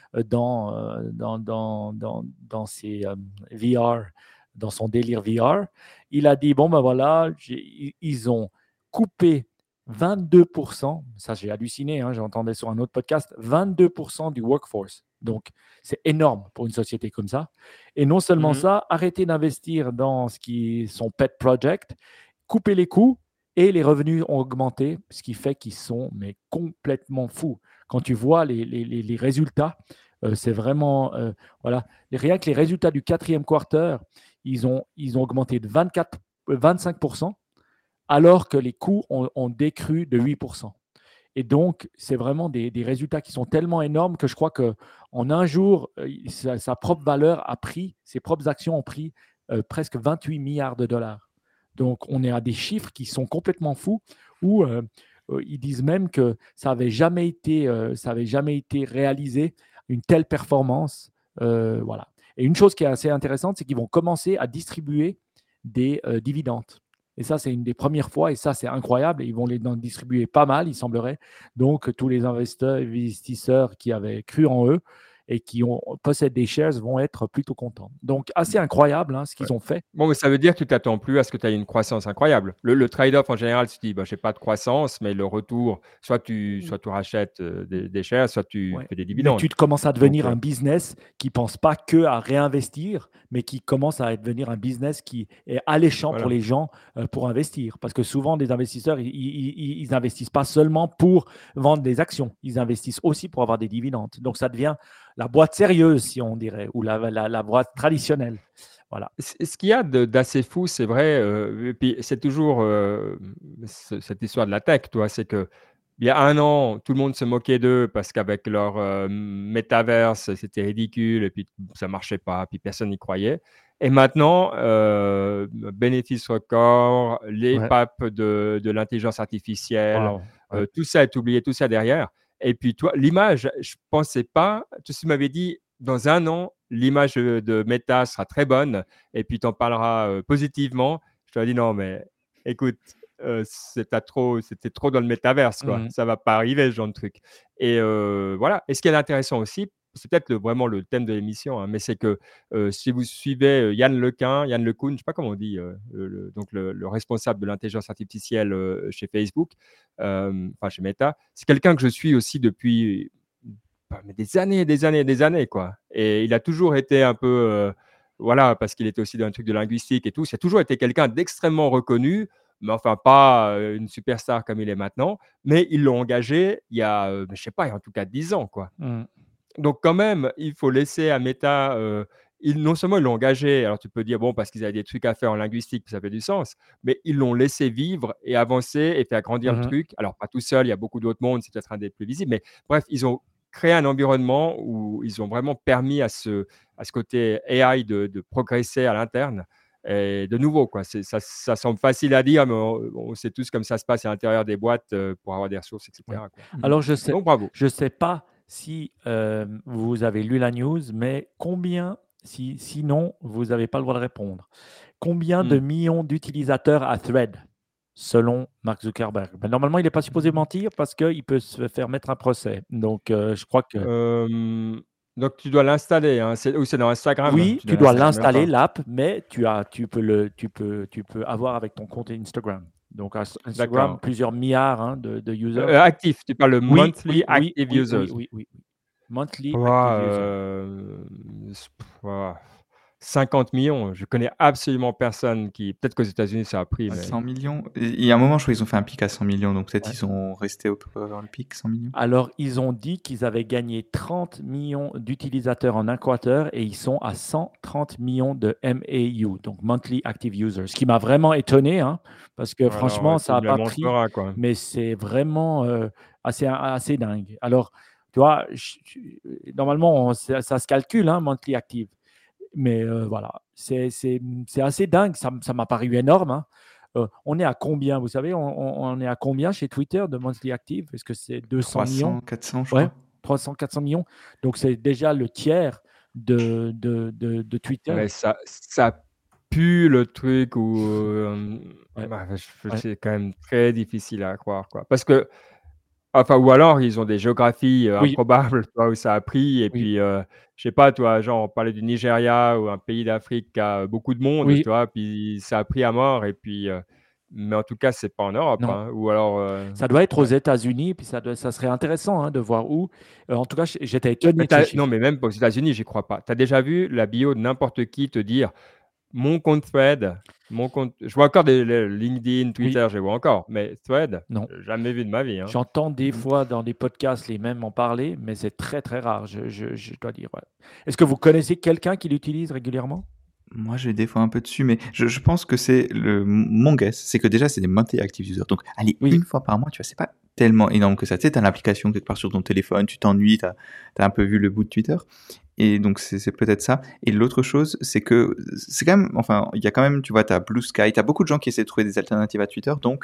euh, dans, euh, dans, dans, dans, dans ses euh, V R, dans son délire V R. Il a dit, bon ben voilà, j'ai- ils ont coupé vingt-deux pour cent, ça j'ai halluciné, hein, j'entendais sur un autre podcast, vingt-deux pour cent du workforce. Donc c'est énorme pour une société comme ça. Et non seulement Mhm. ça, arrêter d'investir dans ce qui sont pet project, couper les coûts et les revenus ont augmenté, ce qui fait qu'ils sont mais complètement fous. Quand tu vois les, les, les, les résultats, euh, c'est vraiment euh, voilà. Rien que les résultats du quatrième quarter, ils ont, ils ont augmenté de vingt-quatre, vingt-cinq pour cent, alors que les coûts ont, ont décru de huit pour cent. Et donc, c'est vraiment des, des résultats qui sont tellement énormes que je crois qu'en un jour, euh, sa, sa propre valeur a pris, ses propres actions ont pris euh, presque vingt-huit milliards de dollars. Donc, on est à des chiffres qui sont complètement fous, où euh, euh, ils disent même que ça n'avait jamais été, euh, ça avait jamais été réalisé, une telle performance. Euh, voilà. Et une chose qui est assez intéressante, c'est qu'ils vont commencer à distribuer des euh, dividendes. Et ça, c'est une des premières fois, et ça, c'est incroyable. Et ils vont les en distribuer pas mal, il semblerait. Donc, tous les investisseurs, investisseurs qui avaient cru en eux et qui ont, possèdent des shares vont être plutôt contents. Donc, assez incroyable hein, ce Ouais. qu'ils ont fait. Bon, mais ça veut dire que tu t'attends plus à ce que tu aies une croissance incroyable. Le, le trade-off, en général, tu te dis, bah, je n'ai pas de croissance, mais le retour, soit tu, soit tu rachètes euh, des, des shares, soit tu Ouais. fais des Mais dividendes. tu te commences à Donc, devenir euh, un business qui ne pense pas que à réinvestir, mais qui commence à devenir un business qui est alléchant pour voilà. les gens euh, pour investir. Parce que souvent, des investisseurs, ils- ils ils- ils n'investissent pas seulement pour vendre des actions, ils investissent aussi pour avoir des dividendes. Donc, ça devient la boîte sérieuse, si on dirait, ou la, la, la boîte traditionnelle. Voilà. C- Ce qu'il y a de- d'assez fou, c'est vrai, euh, et puis c'est toujours euh, ce- cette histoire de la tech, toi, c'est que il y a un an, tout le monde se moquait d'eux parce qu'avec leur euh, métaverse, c'était ridicule, et puis ça marchait pas, puis personne n'y croyait. Et maintenant, euh, bénéfice record, les Ouais. papes de, de l'intelligence artificielle, Wow. Ouais. euh, tout ça est oublié, tout ça derrière. Et puis toi, l'image, je pensais pas, tu m'avais dit, dans un an, l'image de de Meta sera très bonne, et puis tu en parleras euh, positivement. Je te dis non, mais écoute, euh, c'est t'as trop, c'était trop dans le métaverse, quoi. Mhm. Ça va pas arriver, ce genre de truc. Et euh, voilà. Et ce qui est intéressant aussi, c'est peut-être le- vraiment le thème de l'émission, hein, mais c'est que euh, si vous suivez euh, Yann Lequin, Yann LeCun, je sais pas comment on dit, euh, le, le- donc le, le responsable de l'intelligence artificielle euh, chez Facebook, euh, enfin chez Meta, c'est quelqu'un que je suis aussi depuis bah, mais des années, des années, des années, quoi. Et il a toujours été un peu, euh, voilà, parce qu'il était aussi dans un truc de linguistique et tout. Ça a toujours été quelqu'un d'extrêmement reconnu, mais enfin pas euh, une superstar comme il est maintenant. Mais ils l'ont engagé il y a, euh, je sais pas, il y a en tout cas dix ans, quoi. Mhm. Donc quand même, il faut laisser à Meta. Euh, ils, non seulement ils l'ont engagé, alors tu peux dire, bon, parce qu'ils avaient des trucs à faire en linguistique, ça fait du sens, mais ils l'ont laissé vivre et avancer et faire grandir le Mhm. truc. Alors, pas tout seul, il y a beaucoup d'autres mondes, c'est peut-être un des plus visibles, mais bref, ils ont créé un environnement où ils ont vraiment permis à ce, à ce côté A I de, de progresser à l'interne. Et de nouveau, quoi, c'est, ça, ça semble facile à dire, mais on, on sait tous comme ça se passe à l'intérieur des boîtes euh, pour avoir des ressources, Ouais. et cetera, quoi. Alors, je sais, Donc, bravo. je sais pas si euh, vous avez lu la news, mais combien, si, sinon, vous n'avez pas le droit de répondre. Combien de Hmm. millions d'utilisateurs a Thread, selon Mark Zuckerberg? Ben, normalement, il n'est pas supposé mentir parce qu'il peut se faire mettre un procès. Donc, euh, je crois que Euh, donc tu dois l'installer, hein. C'est, ou c'est dans Instagram, oui, tu dois tu dois l'installer même l'installer, pas. l'app, mais tu, as, tu, peux le, tu, peux, tu peux avoir avec ton compte Instagram. Donc, Ins- Instagram, D'accord. plusieurs milliards hein, de, de users. Euh, actif, tu parles de Oui, monthly oui, oui, active oui, oui, users. oui, oui. Monthly active Ouah, user. euh, c'est- ouah, cinquante millions. Je connais absolument personne qui. Peut-être qu'aux États-Unis ça a pris, À mais. cent millions. Il y a un moment, je crois qu'ils ont fait un pic à cent millions, donc peut-être Ouais. ils sont restés au peu avant le pic, cent millions. Alors, ils ont dit qu'ils avaient gagné trente millions d'utilisateurs en un quarter et ils sont à cent trente millions de M A U, donc Monthly Active Users, ce qui m'a vraiment étonné, hein, parce que Alors, franchement, euh, ça c'est n'a de la pas pris, manchera, quoi. mais c'est vraiment euh, assez, assez dingue. Alors, tu vois, je- je- normalement, on- ça, ça se calcule, hein, Monthly Active, mais euh, voilà, c'est c'est- c'est assez dingue, ça m- ça m'a paru énorme. Hein. Euh, on est à combien, vous savez, on, on- on est à combien chez Twitter de monthly active? Est-ce que c'est deux cents millions? trois cents, quatre cents, je Ouais, crois. trois cents, quatre cents millions. Donc c'est déjà le tiers de, de, de, de Twitter. Mais ça, ça pue le truc où. euh, Ouais, bah, je- ouais. c'est quand même très difficile à croire, quoi. Parce que Enfin, ou alors ils ont des géographies, heu, Oui, improbables, tu vois, où ça a pris et oui, puis, heu, je sais pas, tu vois, genre on parlait du Nigeria ou un pays d'Afrique qui a beaucoup de monde, oui, tu vois? Puis ça a pris à mort et puis, heu, mais en tout cas, c'est pas en Europe, non. hein, ou alors, heu, Ça doit être aux ouais. États-Unis, puis ça doit ça serait intéressant, hein, de voir où. Heu, en tout cas, j j'étais Mais étonné de tu ces non, chiffres. mais même aux États-Unis, j'y crois pas. Tu as déjà vu la bio de n'importe qui te dire: «Mon compte Thread, mon compte» je vois encore des le LinkedIn, Oui, Twitter, je les vois encore, mais Thread, non. jamais vu de ma vie, hein. J'entends des Mm. fois dans des podcasts les mêmes en parler, mais c'est très, très rare, je je je dois dire, ouais. Est-ce que vous connaissez quelqu'un qui l'utilise régulièrement? Moi, je vais des fois un peu dessus, mais je, je pense que c'est le mon guess, c'est que déjà c'est des monthly active users. Donc, allez, Oui, une fois par mois, tu vois, c'est pas tellement énorme que ça. Tu sais, t'as l'application quelque part sur ton téléphone, tu t'ennuies, t'as as un peu vu le bout de Twitter, et donc c'est c'est peut-être ça. Et l'autre chose, c'est que c'est quand même, enfin, il y a quand même, tu vois, t'as Blue Sky, t'as beaucoup de gens qui essaient de trouver des alternatives à Twitter, donc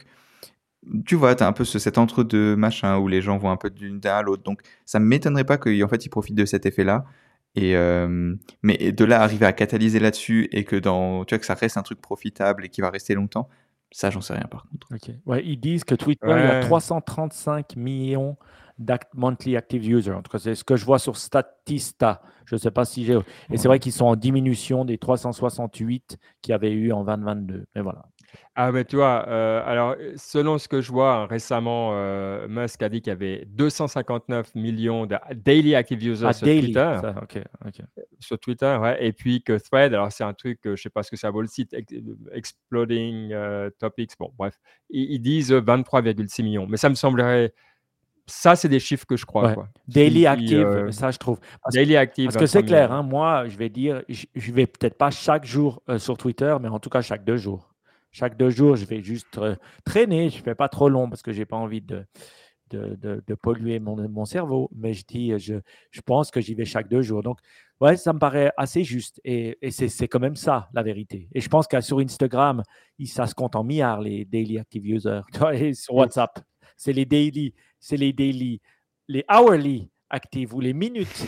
tu vois, t'as un peu ce, cet entre-deux machin où les gens vont un peu d'une d'un à l'autre. Donc, ça m'étonnerait pas qu'en fait, ils profitent de cet effet-là. Et euh, mais de là, arriver à catalyser là-dessus et que dans, tu vois, que ça reste un truc profitable et qui va rester longtemps, ça, j'en sais rien par contre. OK. Ouais, ils disent que Twitter, il y a Ouais. trois cent trente-cinq millions d'act monthly active users. En tout cas, c'est ce que je vois sur Statista. Je ne sais pas si j'ai et c'est Ouais. vrai qu'ils sont en diminution des trois cent soixante-huit qu'il y avait eu en deux mille vingt-deux. Mais voilà. Ah mais tu vois, heu, alors, heu, selon ce que je vois, hein, récemment, heu, Musk a dit qu'il y avait deux cent cinquante-neuf millions de daily active users Ah, sur daily, Twitter ça, OK, OK. sur Twitter, ouais, et puis que Thread, alors c'est un truc, heu, je sais pas ce que ça vaut le site, ex Exploding, heu, Topics, bon bref, ils ils disent, heu, vingt-trois virgule six millions. Mais ça me semblerait ça, c'est des chiffres que je crois, Ouais, quoi. Si daily si, active, heu, ça je trouve. Parce que, daily active, parce que vingt-trois c'est clair, millions. hein, moi, je vais dire, je, je vais peut-être pas chaque jour euh, sur Twitter, mais en tout cas chaque deux jours. Chaque deux jours, je vais juste euh, traîner. Je ne fais pas trop long parce que j'ai pas envie de, de, de- de polluer mon, mon cerveau. Mais je dis, je, je pense que j'y vais chaque deux jours. Donc, ouais, ça me paraît assez juste. Et, et c'est c'est quand même ça, la vérité. Et je pense que sur Instagram, il- ça se compte en milliards, les daily active users. Tu vois, et sur Ouf. WhatsApp, c'est les daily, c'est les daily les hourly active ou les minutes,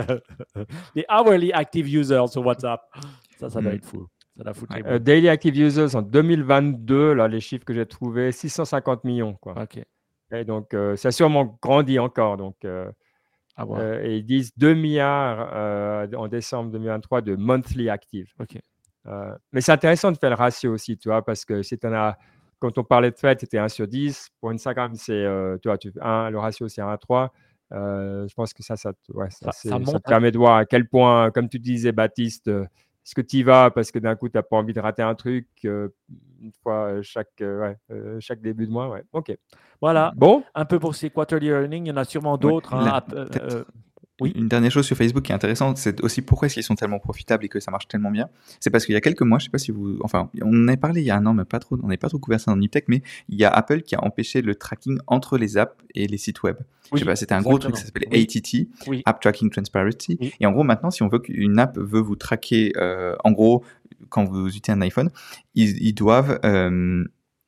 les hourly active users sur WhatsApp. Ça, ça doit Mm. être fou. Ça doit foutre Ouais, les heu, boules. daily active users en deux mille vingt-deux, là, les chiffres que j'ai trouvés, six cent cinquante millions, quoi, OK, et donc heu, ça a sûrement grandi encore, donc heu à voir. heu et ils disent deux milliards heu, en décembre deux mille vingt-trois de monthly active. OK. Heu, mais c'est intéressant de faire le ratio aussi, tu vois? Parce que si tu en as quand on parlait de Threads, c'était un sur dix. Pour Instagram, c'est, heu, tu vois, tu un le ratio, c'est un à trois. Heu, je pense que ça ça te ouais, ça Ça, ça c'est ça monte. te à- permet de voir à quel point, comme tu disais, Baptiste, heu, est-ce que tu y vas parce que d'un coup, tu as pas envie de rater un truc, heu, une fois, heu, chaque, heu, ouais, heu, chaque début de mois, ouais. OK. Voilà, Bon, un peu pour ces quarterly earnings. Il y en a sûrement Ouais, d'autres, hein. là, App- euh, peut-être euh, oui, une dernière chose sur Facebook qui est intéressante, c'est aussi pourquoi est-ce qu'ils sont tellement profitables et que ça marche tellement bien. C'est parce qu'il y a quelques mois, je sais pas si vous, enfin, on en a parlé il y a un an, mais pas trop, on n'est pas trop couvert ça dans Niptech, mais il y a Apple qui a empêché le tracking entre les apps et les sites web. Je sais oui, pas, c'était un gros truc, ça exactement. s'appelait Oui, A T T, oui, App Tracking Transparency. oui. Et en gros, maintenant, si on veut qu'une app veut vous traquer, euh, en gros, quand vous utilisez un iPhone, ils, ils doivent, euh,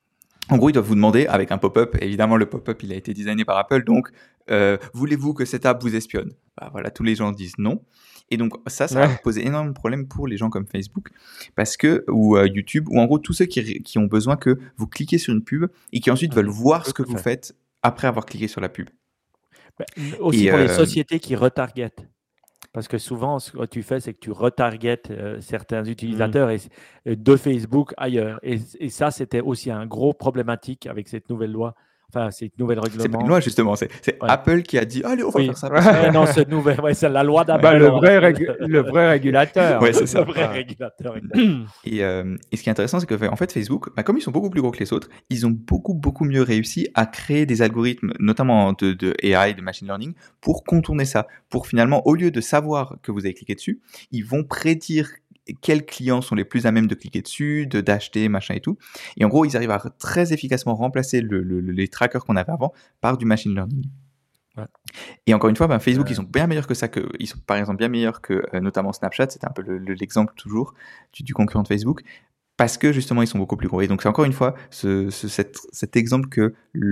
en gros, ils doivent vous demander avec un pop-up. Évidemment, le pop-up, il a été designé par Apple. Donc, euh, voulez-vous que cette app vous espionne? Bah, voilà, tous les gens disent non. Et donc, ça, ça a ouais, posé énormément de problèmes pour les gens comme Facebook, parce que ou euh, YouTube, ou en gros tous ceux qui, qui ont besoin que vous cliquez sur une pub et qui ensuite veulent Mhm. voir ce Tout que à vous fait. faites après avoir cliqué sur la pub. Ben, n- aussi Et pour les euh, sociétés qui retargetent. Parce que souvent, ce que tu fais, c'est que tu retargetes euh, certains mmh. utilisateurs et, et de Facebook ailleurs. Et, et ça, c'était aussi un gros problématique avec cette nouvelle loi, enfin, cette nouvelle c'est pas une règlement. loi justement, c'est c'est Ouais. Apple qui a dit allez, on va Oui. faire ça parce que Ouais, non, ce nouvel, ouais, c'est la loi ouais, Bah, d'Apple. le On va vrai l'appeler régu le vrai régulateur, ouais, le c'est le ça. vrai enfin, régulateur. Exact. Et, euh, et ce qui est intéressant, c'est que en fait, Facebook, bah, comme ils sont beaucoup plus gros que les autres, ils ont beaucoup, beaucoup mieux réussi à créer des algorithmes, notamment de, de A I, de machine learning, pour contourner ça. Pour finalement, au lieu de savoir que vous avez cliqué dessus, ils vont prédire quels clients sont les plus à même de cliquer dessus, de d'acheter, machin et tout. Et en gros, ils arrivent à très efficacement remplacer le- le- les trackers qu'on avait avant par du machine learning. Ouais. Et encore une fois, ben, Facebook, ils heu, sont bien meilleurs que ça, que, ils sont par exemple bien meilleurs que euh, notamment Snapchat, c'était un peu le- le- l'exemple toujours du, du concurrent de Facebook, parce que justement ils sont beaucoup plus gros. Et donc c'est encore une fois ce, ce- cet, cet exemple que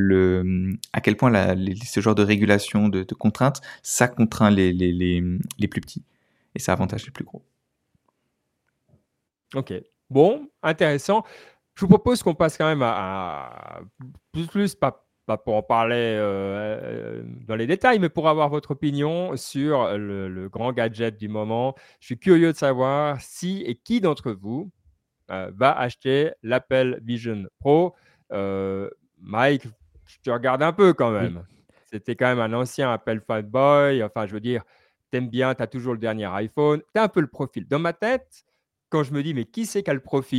le, à quel point la, les- ce genre de régulation, de, de contraintes, ça contraint les, les, les, les plus petits et ça avantage les plus gros. OK. Bon, intéressant. Je vous propose qu'on passe quand même à à plus plus pas pas pour en parler euh, dans les détails, mais pour avoir votre opinion sur le, le grand gadget du moment. Je suis curieux de savoir si et qui d'entre vous euh, va acheter l'Apple Vision Pro. Euh, Mike, je te regarde un peu quand même. Oui. C'était quand même un ancien Apple fanboy. Enfin, je veux dire, t'aimes bien, tu as toujours le dernier iPhone. Tu as un peu le profil. Dans ma tête, quand je me dis, mais qui c'est qui a le profil ?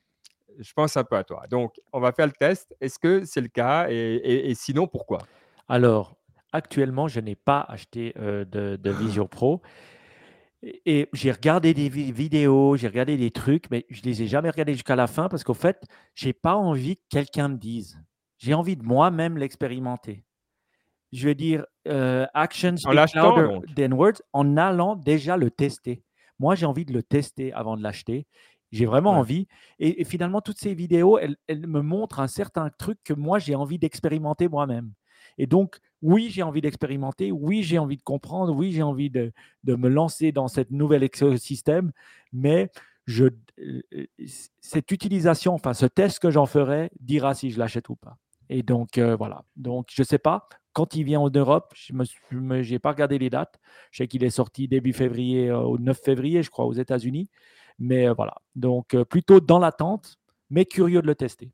Je pense un peu à toi. Donc, on va faire le test. Est-ce que c'est le cas et, et, et sinon, pourquoi ? Alors, actuellement, je n'ai pas acheté euh, de, de Vision Pro. Et, et j'ai regardé des vi- vidéos, j'ai regardé des trucs, mais je ne les ai jamais regardés jusqu'à la fin parce qu'au fait, je n'ai pas envie que quelqu'un me dise. J'ai envie de moi-même l'expérimenter. Je veux dire, euh, action En speak l'achetant, louder donc. than words, en allant déjà le tester. Moi, j'ai envie de le tester avant de l'acheter. J'ai vraiment Ouais. envie. Et, et finalement, toutes ces vidéos, elles, elles me montrent un certain truc que moi, j'ai envie d'expérimenter moi-même. Et donc, oui, j'ai envie d'expérimenter. Oui, j'ai envie de comprendre. Oui, j'ai envie de, de me lancer dans cette nouvel écosystème. Mais je, euh, cette utilisation, enfin, ce test que j'en ferai, dira si je l'achète ou pas. Et donc, euh, voilà. Donc, je ne sais pas. Quand il vient en Europe, je n'ai pas regardé les dates. Je sais qu'il est sorti début février, euh, au neuf février, je crois, aux États-Unis. Mais euh, voilà. Donc, euh, plutôt dans l'attente, mais curieux de le tester.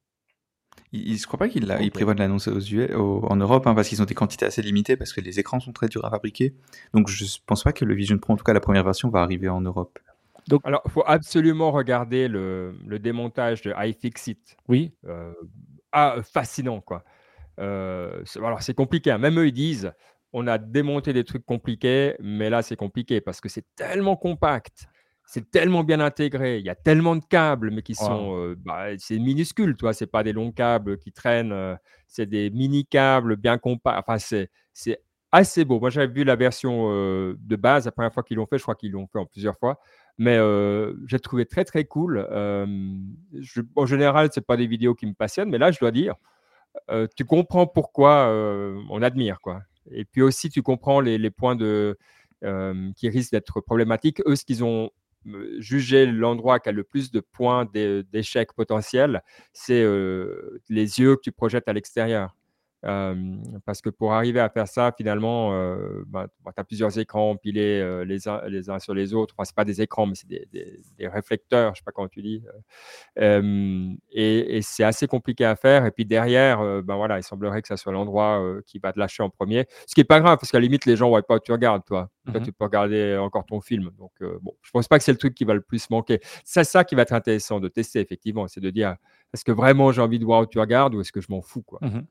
Ils ne croient pas qu'ils Ok. prévoient de l'annoncer aux U S, au- en Europe, hein, parce qu'ils ont des quantités assez limitées, parce que les écrans sont très durs à fabriquer. Donc je ne pense pas que le Vision Pro, en tout cas la première version, va arriver en Europe. Donc, alors, il faut absolument regarder le, le démontage de iFixit. Oui. Euh, ah, fascinant, quoi. Euh, c'est- alors, c'est compliqué. Hein. Même eux, ils disent, on a démonté des trucs compliqués, mais là, c'est compliqué parce que c'est tellement compact, c'est tellement bien intégré, il y a tellement de câbles, mais qui Wow. sont, euh, bah, c'est minuscule, toi. C'est pas des longs câbles qui traînent, euh, c'est des mini câbles bien compacts. Enfin, c'est, c'est assez beau. Moi, j'avais vu la version euh, de base la première fois qu'ils l'ont fait. Je crois qu'ils l'ont fait en plusieurs fois. Mais euh, j'ai trouvé très, très cool. Euh, je, en général, ce n'est pas des vidéos qui me passionnent, mais là, je dois dire, euh, tu comprends pourquoi euh, on admire, quoi. Et puis aussi, tu comprends les, les points de, euh, qui risquent d'être problématiques. Eux, ce qu'ils ont euh, jugé l'endroit qui a le plus de points d'échec potentiels, c'est euh, les yeux que tu projettes à l'extérieur. Euh, parce que pour arriver à faire ça, finalement, euh, bah, bah, tu as plusieurs écrans empilés euh, les, uns, les uns sur les autres. Enfin, ce pas des écrans, mais c'est des, des, des réflecteurs, je ne sais pas comment tu dis. Euh, et, et c'est assez compliqué à faire. Et puis derrière, euh, ben voilà, il semblerait que ça soit l'endroit euh, qui va te lâcher en premier. Ce qui n'est pas grave, parce qu'à la limite, les gens ne voient pas où tu regardes, toi. Mm-hmm. Toi, tu peux regarder encore ton film. Donc, euh, bon, je ne pense pas que c'est le truc qui va le plus manquer. C'est ça qui va être intéressant de tester, effectivement. C'est de dire, est-ce que vraiment j'ai envie de voir où tu regardes ou est-ce que je m'en fous, quoi. Mm-hmm.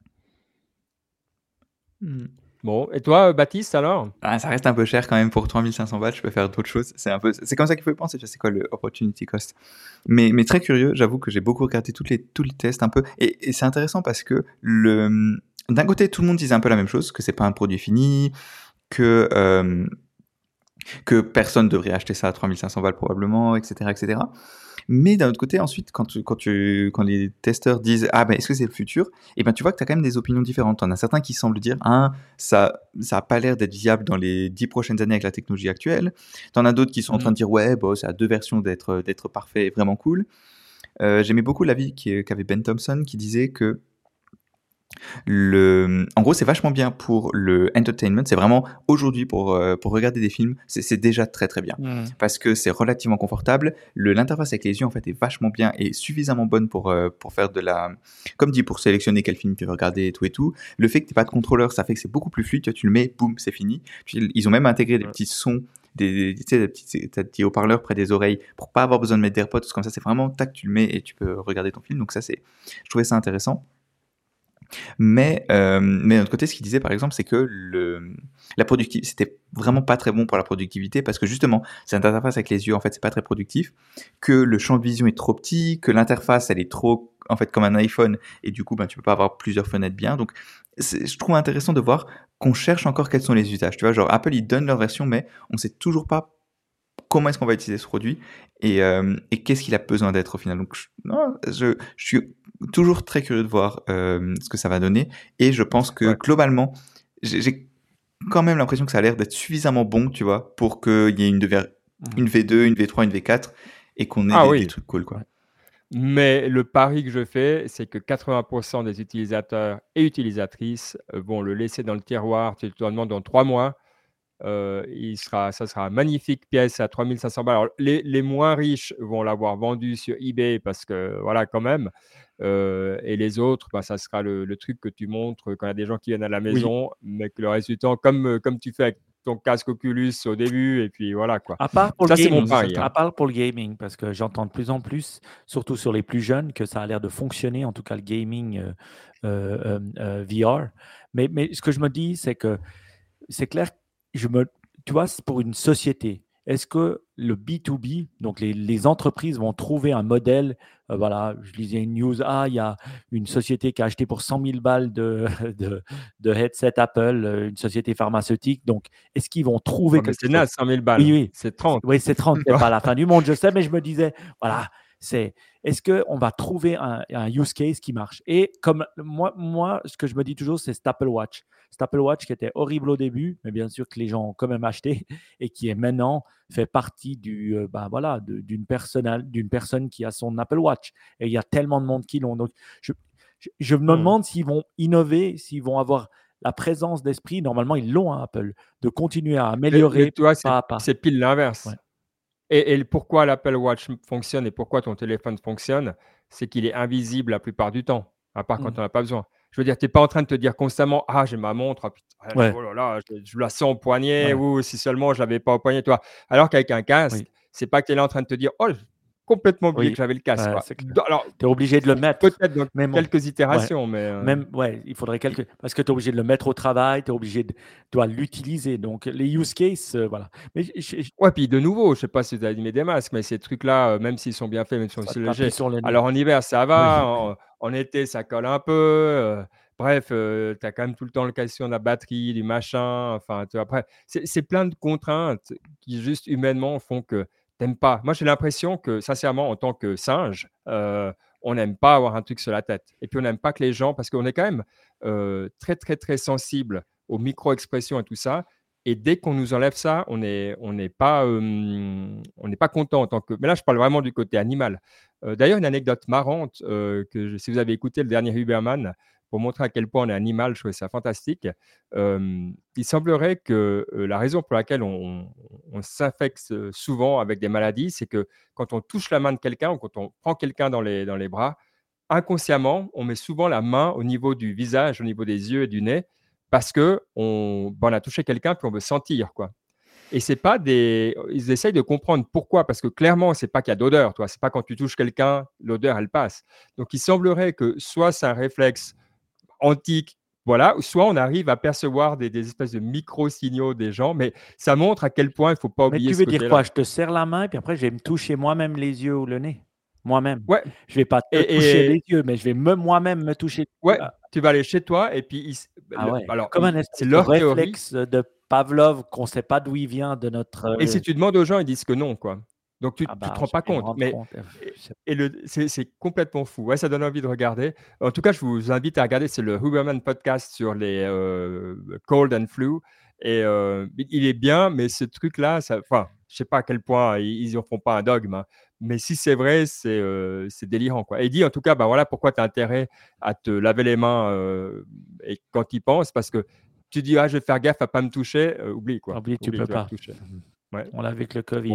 Mm. Bon, et toi, Baptiste, alors? Ah, ça reste un peu cher quand même pour trois mille cinq cents balles, je peux faire d'autres choses. C'est un peu, c'est comme ça qu'il faut y penser, c'est quoi le opportunity cost. Mais, mais très curieux, j'avoue que j'ai beaucoup regardé toutes les, tous les tests un peu. Et, et c'est intéressant parce que le, d'un côté, tout le monde disait un peu la même chose, que c'est pas un produit fini, que, euh, que personne devrait acheter ça à trois mille cinq cents balles probablement, et cetera, et cetera. Mais d'un autre côté, ensuite, quand, tu, quand, tu, quand les testeurs disent « Ah, ben, est-ce que c'est le futur ?» Et ben, tu vois que tu as quand même des opinions différentes. Tu en as certains qui semblent dire ah, « ça ça n'a pas l'air d'être viable dans les dix prochaines années avec la technologie actuelle. » Tu en as d'autres qui sont mmh. en train de dire « Ouais, bon, ça a deux versions d'être, d'être parfait et vraiment cool. Euh, » J'aimais beaucoup l'avis qu'avait Ben Thompson qui disait que Le... En gros, c'est vachement bien pour le entertainment. C'est vraiment aujourd'hui pour, euh, pour regarder des films, c'est, c'est déjà très très bien. Mmh. Parce que c'est relativement confortable. Le, l'interface avec les yeux, en fait, est vachement bien et suffisamment bonne pour, euh, pour faire de la. Comme dit, pour sélectionner quel film tu veux regarder et tout et tout. Le fait que tu n'aies pas de contrôleur, ça fait que c'est beaucoup plus fluide. Tu, vois, tu le mets, boum, c'est fini. Puis, ils ont même intégré des ouais. petits sons. Des, tu sais, des petits, des petits haut-parleurs près des oreilles pour pas avoir besoin de mettre d'AirPods, comme ça, c'est vraiment tac, tu le mets et tu peux regarder ton film. Donc, ça, c'est. Je trouvais ça intéressant. Mais, euh, mais d'un autre côté, ce qu'il disait par exemple, c'est que le, la productivité, c'était vraiment pas très bon pour la productivité parce que justement, cette interface avec les yeux, en fait, c'est pas très productif, que le champ de vision est trop petit, que l'interface, elle est trop, en fait, comme un iPhone et du coup, ben, tu peux pas avoir plusieurs fenêtres bien. Donc, c'est, je trouve intéressant de voir qu'on cherche encore quels sont les usages. Tu vois, genre Apple, ils donnent leur version, mais on sait toujours pas comment est-ce qu'on va utiliser ce produit et, euh, et qu'est-ce qu'il a besoin d'être au final. Donc, je, non, je, je suis toujours très curieux de voir euh, ce que ça va donner et je pense que ouais. globalement, j'ai, j'ai quand même l'impression que ça a l'air d'être suffisamment bon, tu vois, pour qu'il y ait une, une V deux, une V trois, une V quatre et qu'on ait ah, des, oui. des trucs cool, quoi. Mais le pari que je fais, c'est que quatre-vingts pour cent des utilisateurs et utilisatrices euh, vont le laisser dans le tiroir. Tu te demandes dans trois mois. Euh, il sera, ça sera une magnifique pièce à trois mille cinq cents balles. Alors, les, les moins riches vont l'avoir vendu sur eBay parce que, voilà, quand même. Euh, et les autres, bah, ça sera le, le truc que tu montres quand il y a des gens qui viennent à la Oui. maison, mais que le reste du temps, comme, euh, comme tu fais avec ton casque Oculus au début, et puis voilà, quoi. À part pour Ça, le c'est mon gaming, pari. à hein. part pour le gaming, parce que j'entends de plus en plus, surtout sur les plus jeunes, que ça a l'air de fonctionner, en tout cas le gaming euh, euh, euh, V R. Mais, mais ce que je me dis, c'est que c'est clair, je me, tu vois, c'est pour une société. Est-ce que le B deux B, donc les, les entreprises vont trouver un modèle, euh, voilà, je lisais une news, ah, il y a une société qui a acheté pour cent mille balles de, de, de headset Apple, euh, une société pharmaceutique, donc est-ce qu'ils vont trouver Ouais, mais quelque c'est chose? naze, cent mille Oui, balles. oui, C'est trente. oui, c'est trente, c'est pas la fin du monde, je sais, mais je me disais, voilà, c'est, est-ce qu'on va trouver un, un use case qui marche? Et comme moi, moi, ce que je me dis toujours, c'est cet Apple Watch. Cet Apple Watch qui était horrible au début, mais bien sûr que les gens ont quand même acheté et qui est maintenant fait partie du, euh, ben voilà, de- d'une personne, d'une personne qui a son Apple Watch. Et il y a tellement de monde qui l'ont. Donc, je, je, je me Hmm. demande s'ils vont innover, s'ils vont avoir la présence d'esprit. Normalement, ils l'ont, hein, Apple, de continuer à Mais, améliorer mais toi, c'est pas à pas. c'est pile l'inverse. Ouais. Et, et pourquoi l'Apple Watch fonctionne et pourquoi ton téléphone fonctionne, c'est qu'il est invisible la plupart du temps, à part quand Mm. on n'a pas besoin. Je veux dire, tu n'es pas en train de te dire constamment, ah, j'ai ma montre, ah, putain, Ouais. oh là là, je, je la sens au poignet, Ouais. ou si seulement je l'avais pas au poignet, toi. Alors qu'avec un casque, Oui. c'est pas que tu es là en train de te dire, oh, j'ai complètement oublié Oui. que j'avais le casque. Ouais, quoi. c'est clair. Dans- Alors, Tu es obligé de le mettre. peut-être dans Même, en- quelques ouais. itérations, mais. euh, Même, ouais, il faudrait quelques. Parce que tu es obligé de le mettre au travail, tu es obligé de tu dois l'utiliser. Donc, les use cases, euh, voilà. Mais je- je- Ouais, puis de nouveau, je sais pas si vous avez mis des masques, mais ces trucs-là, euh, même s'ils sont bien faits, même s'ils sont ça aussi te tape plus légers, sur le nez. alors en hiver, ça va, Oui. en, en été, ça colle un peu. euh, bref, tu as quand même tout le temps le question de la batterie, du machin. Enfin, tu vois, après, c'est c'est plein de contraintes qui, juste humainement, font que t'aimes pas. Moi, j'ai l'impression que, sincèrement, en tant que singe, euh, on n'aime pas avoir un truc sur la tête. Et puis, on n'aime pas que les gens, parce qu'on est quand même euh, très, très, très sensible aux micro-expressions et tout ça. Et dès qu'on nous enlève ça, on n'est on n'est pas, euh, on n'est pas content en tant que. Mais là, je parle vraiment du côté animal. Euh, D'ailleurs, une anecdote marrante euh, que je- si vous avez écouté le dernier Huberman, pour montrer à quel point on est animal, je trouvais ça fantastique. Euh, il semblerait que euh, la raison pour laquelle on, on s'infecte euh, souvent avec des maladies, c'est que quand on touche la main de quelqu'un ou quand on prend quelqu'un dans les, dans les bras, inconsciemment, on met souvent la main au niveau du visage, au niveau des yeux et du nez, parce que on, ben, on a touché quelqu'un puis on veut sentir, quoi. Et c'est pas des, ils essayent de comprendre pourquoi, parce que clairement, c'est pas qu'il y a d'odeur, toi. C'est pas quand tu touches quelqu'un, l'odeur elle passe. Donc il semblerait que soit c'est un réflexe antique, voilà, soit on arrive à percevoir des, des espèces de micro-signaux des gens, mais ça montre à quel point il ne faut pas Mais oublier tu ce veux dire quoi? côté-là. Je te serre la main, puis après, je vais me toucher moi-même les yeux ou le nez. Moi-même. Ouais, Je vais pas te toucher et, et les yeux, mais je vais me, moi-même me toucher. ouais, Ah tu vas aller chez toi et puis il s- ah le- ouais. alors Comme un il- c'est espèce de leur théorie. réflexe de Pavlov qu'on ne sait pas d'où il vient de notre. Et euh, si tu demandes aux gens, ils disent que non, quoi. Donc tu Ah ne te bah, rends je pas vais me compte. rendre Mais compte. Euh, et, je sais- et le, c'est, c'est complètement fou. Ouais, ça donne envie de regarder. En tout cas, je vous invite à regarder. C'est le Huberman podcast sur les euh, cold and flu. Et euh, il il est bien, mais ce truc-là, ça, enfin, je sais pas à quel point ils n'en font pas un dogme. hein. Mais si c'est vrai, c'est euh, c'est délirant, quoi. Et il dit en tout cas, bah voilà pourquoi tu as intérêt à te laver les mains euh, et quand il pense, parce que tu dis ah je vais faire gaffe à pas me toucher, euh, oublie quoi. Oublie, tu Oublie, peux tu vas pas. te toucher. Ouais. On l'a avec le Covid. Bon.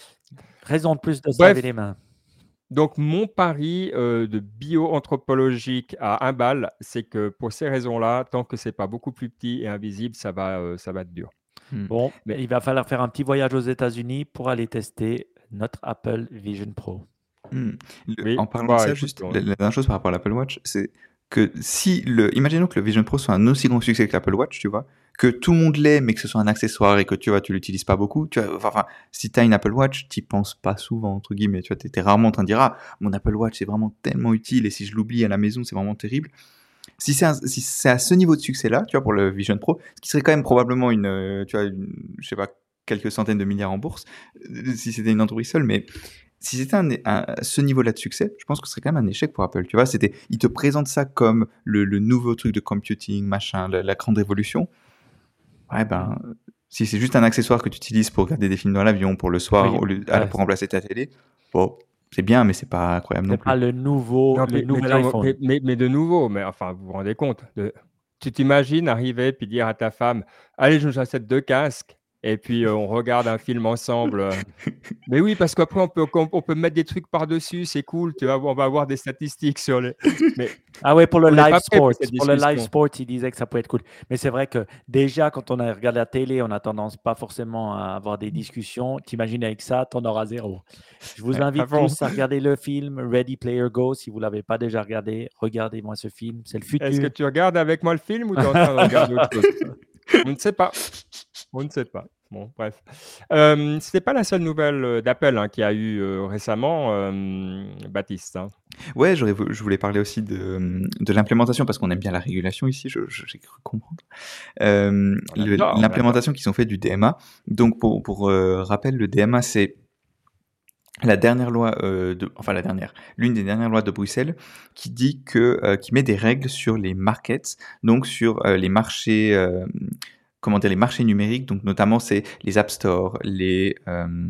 Raison de plus de se laver Bref, les mains. donc mon pari euh, de bio-anthropologique à un bal, c'est que pour ces raisons-là, tant que c'est pas beaucoup plus petit et invisible, ça va, euh, ça va être dur. Hmm. Bon, Mais il va falloir faire un petit voyage aux États-Unis pour aller tester notre Apple Vision Pro. Hmm. Le- oui, en parlant de bah, ça, écoute, juste on- la, la dernière chose par rapport à l'Apple Watch, c'est que si le, imaginons que le Vision Pro soit un aussi grand succès que l'Apple Watch, tu vois, que tout le monde l'ait, mais que ce soit un accessoire et que tu vois, tu l'utilises pas beaucoup, tu vois, enfin, enfin, si t'as une Apple Watch, t'y penses pas souvent, entre guillemets, tu vois, t'es, t'es rarement en train de dire, ah, mon Apple Watch c'est vraiment tellement utile et si je l'oublie à la maison, c'est vraiment terrible. Si c'est, un- si c'est à ce niveau de succès-là, tu vois, pour le Vision Pro, ce qui serait quand même probablement une, euh, tu vois, une, je sais pas, quelques centaines de milliards en bourse, euh, si c'était une entreprise seule, mais si c'était un, un- ce niveau-là de succès, je pense que ce serait quand même un échec pour Apple. Tu vois, c'était, ils te présentent ça comme le, le nouveau truc de computing, machin, la, la grande révolution. Ouais, ben, si c'est juste un accessoire que tu utilises pour regarder des films dans l'avion, pour le soir, Oui, au lieu- ouais. pour remplacer ta télé, bon, c'est bien, mais c'est pas incroyable non C'est pas plus. le nouveau, Non, le mais, mais, nouvel comment- iPhone. mais, mais- mais de nouveau, mais enfin, vous vous rendez compte, de- tu t'imagines arriver puis dire à ta femme, allez, je nous achète deux casques et puis euh, on regarde un film ensemble. euh. Mais oui, parce qu'après, on peut, on, on peut mettre des trucs par-dessus, c'est cool, tu vois, on va avoir des statistiques sur les. Mais Ah ouais, pour le on n'est live pas prêt pour sport. cette Pour le live discussion. sport, il disait que ça pouvait être cool. Mais c'est vrai que déjà, quand on a regardé la télé, on a tendance pas forcément à avoir des discussions. T'imagines avec ça, t'en auras zéro. Je vous Ouais. Ah invite bon? tous à regarder le film Ready Player Go. Si vous l'avez pas déjà regardé, regardez-moi ce film. C'est le Est-ce que futur. tu regardes avec moi le film ou tu es en train de regarder autre chose? On ne sait pas. On ne sait pas. Bon, bref. Euh, ce n'est pas la seule nouvelle euh, d'Apple hein, qu'il y a eu euh, récemment, euh, Baptiste. hein. Ouais, j'aurais, vou- je voulais parler aussi de, de l'implémentation parce qu'on aime bien la régulation ici, je- je- j'ai cru comprendre. Euh, On le- adore, on l'implémentation qui sont faits du D M A. Donc, pour, pour euh, rappel, le D M A, c'est la dernière loi, euh, de, enfin la dernière, l'une des dernières lois de Bruxelles qui dit que, euh, qui met des règles sur les markets, donc sur euh, les marchés, euh, comment dire, les marchés numériques. Donc, notamment, c'est les App Store, les euh,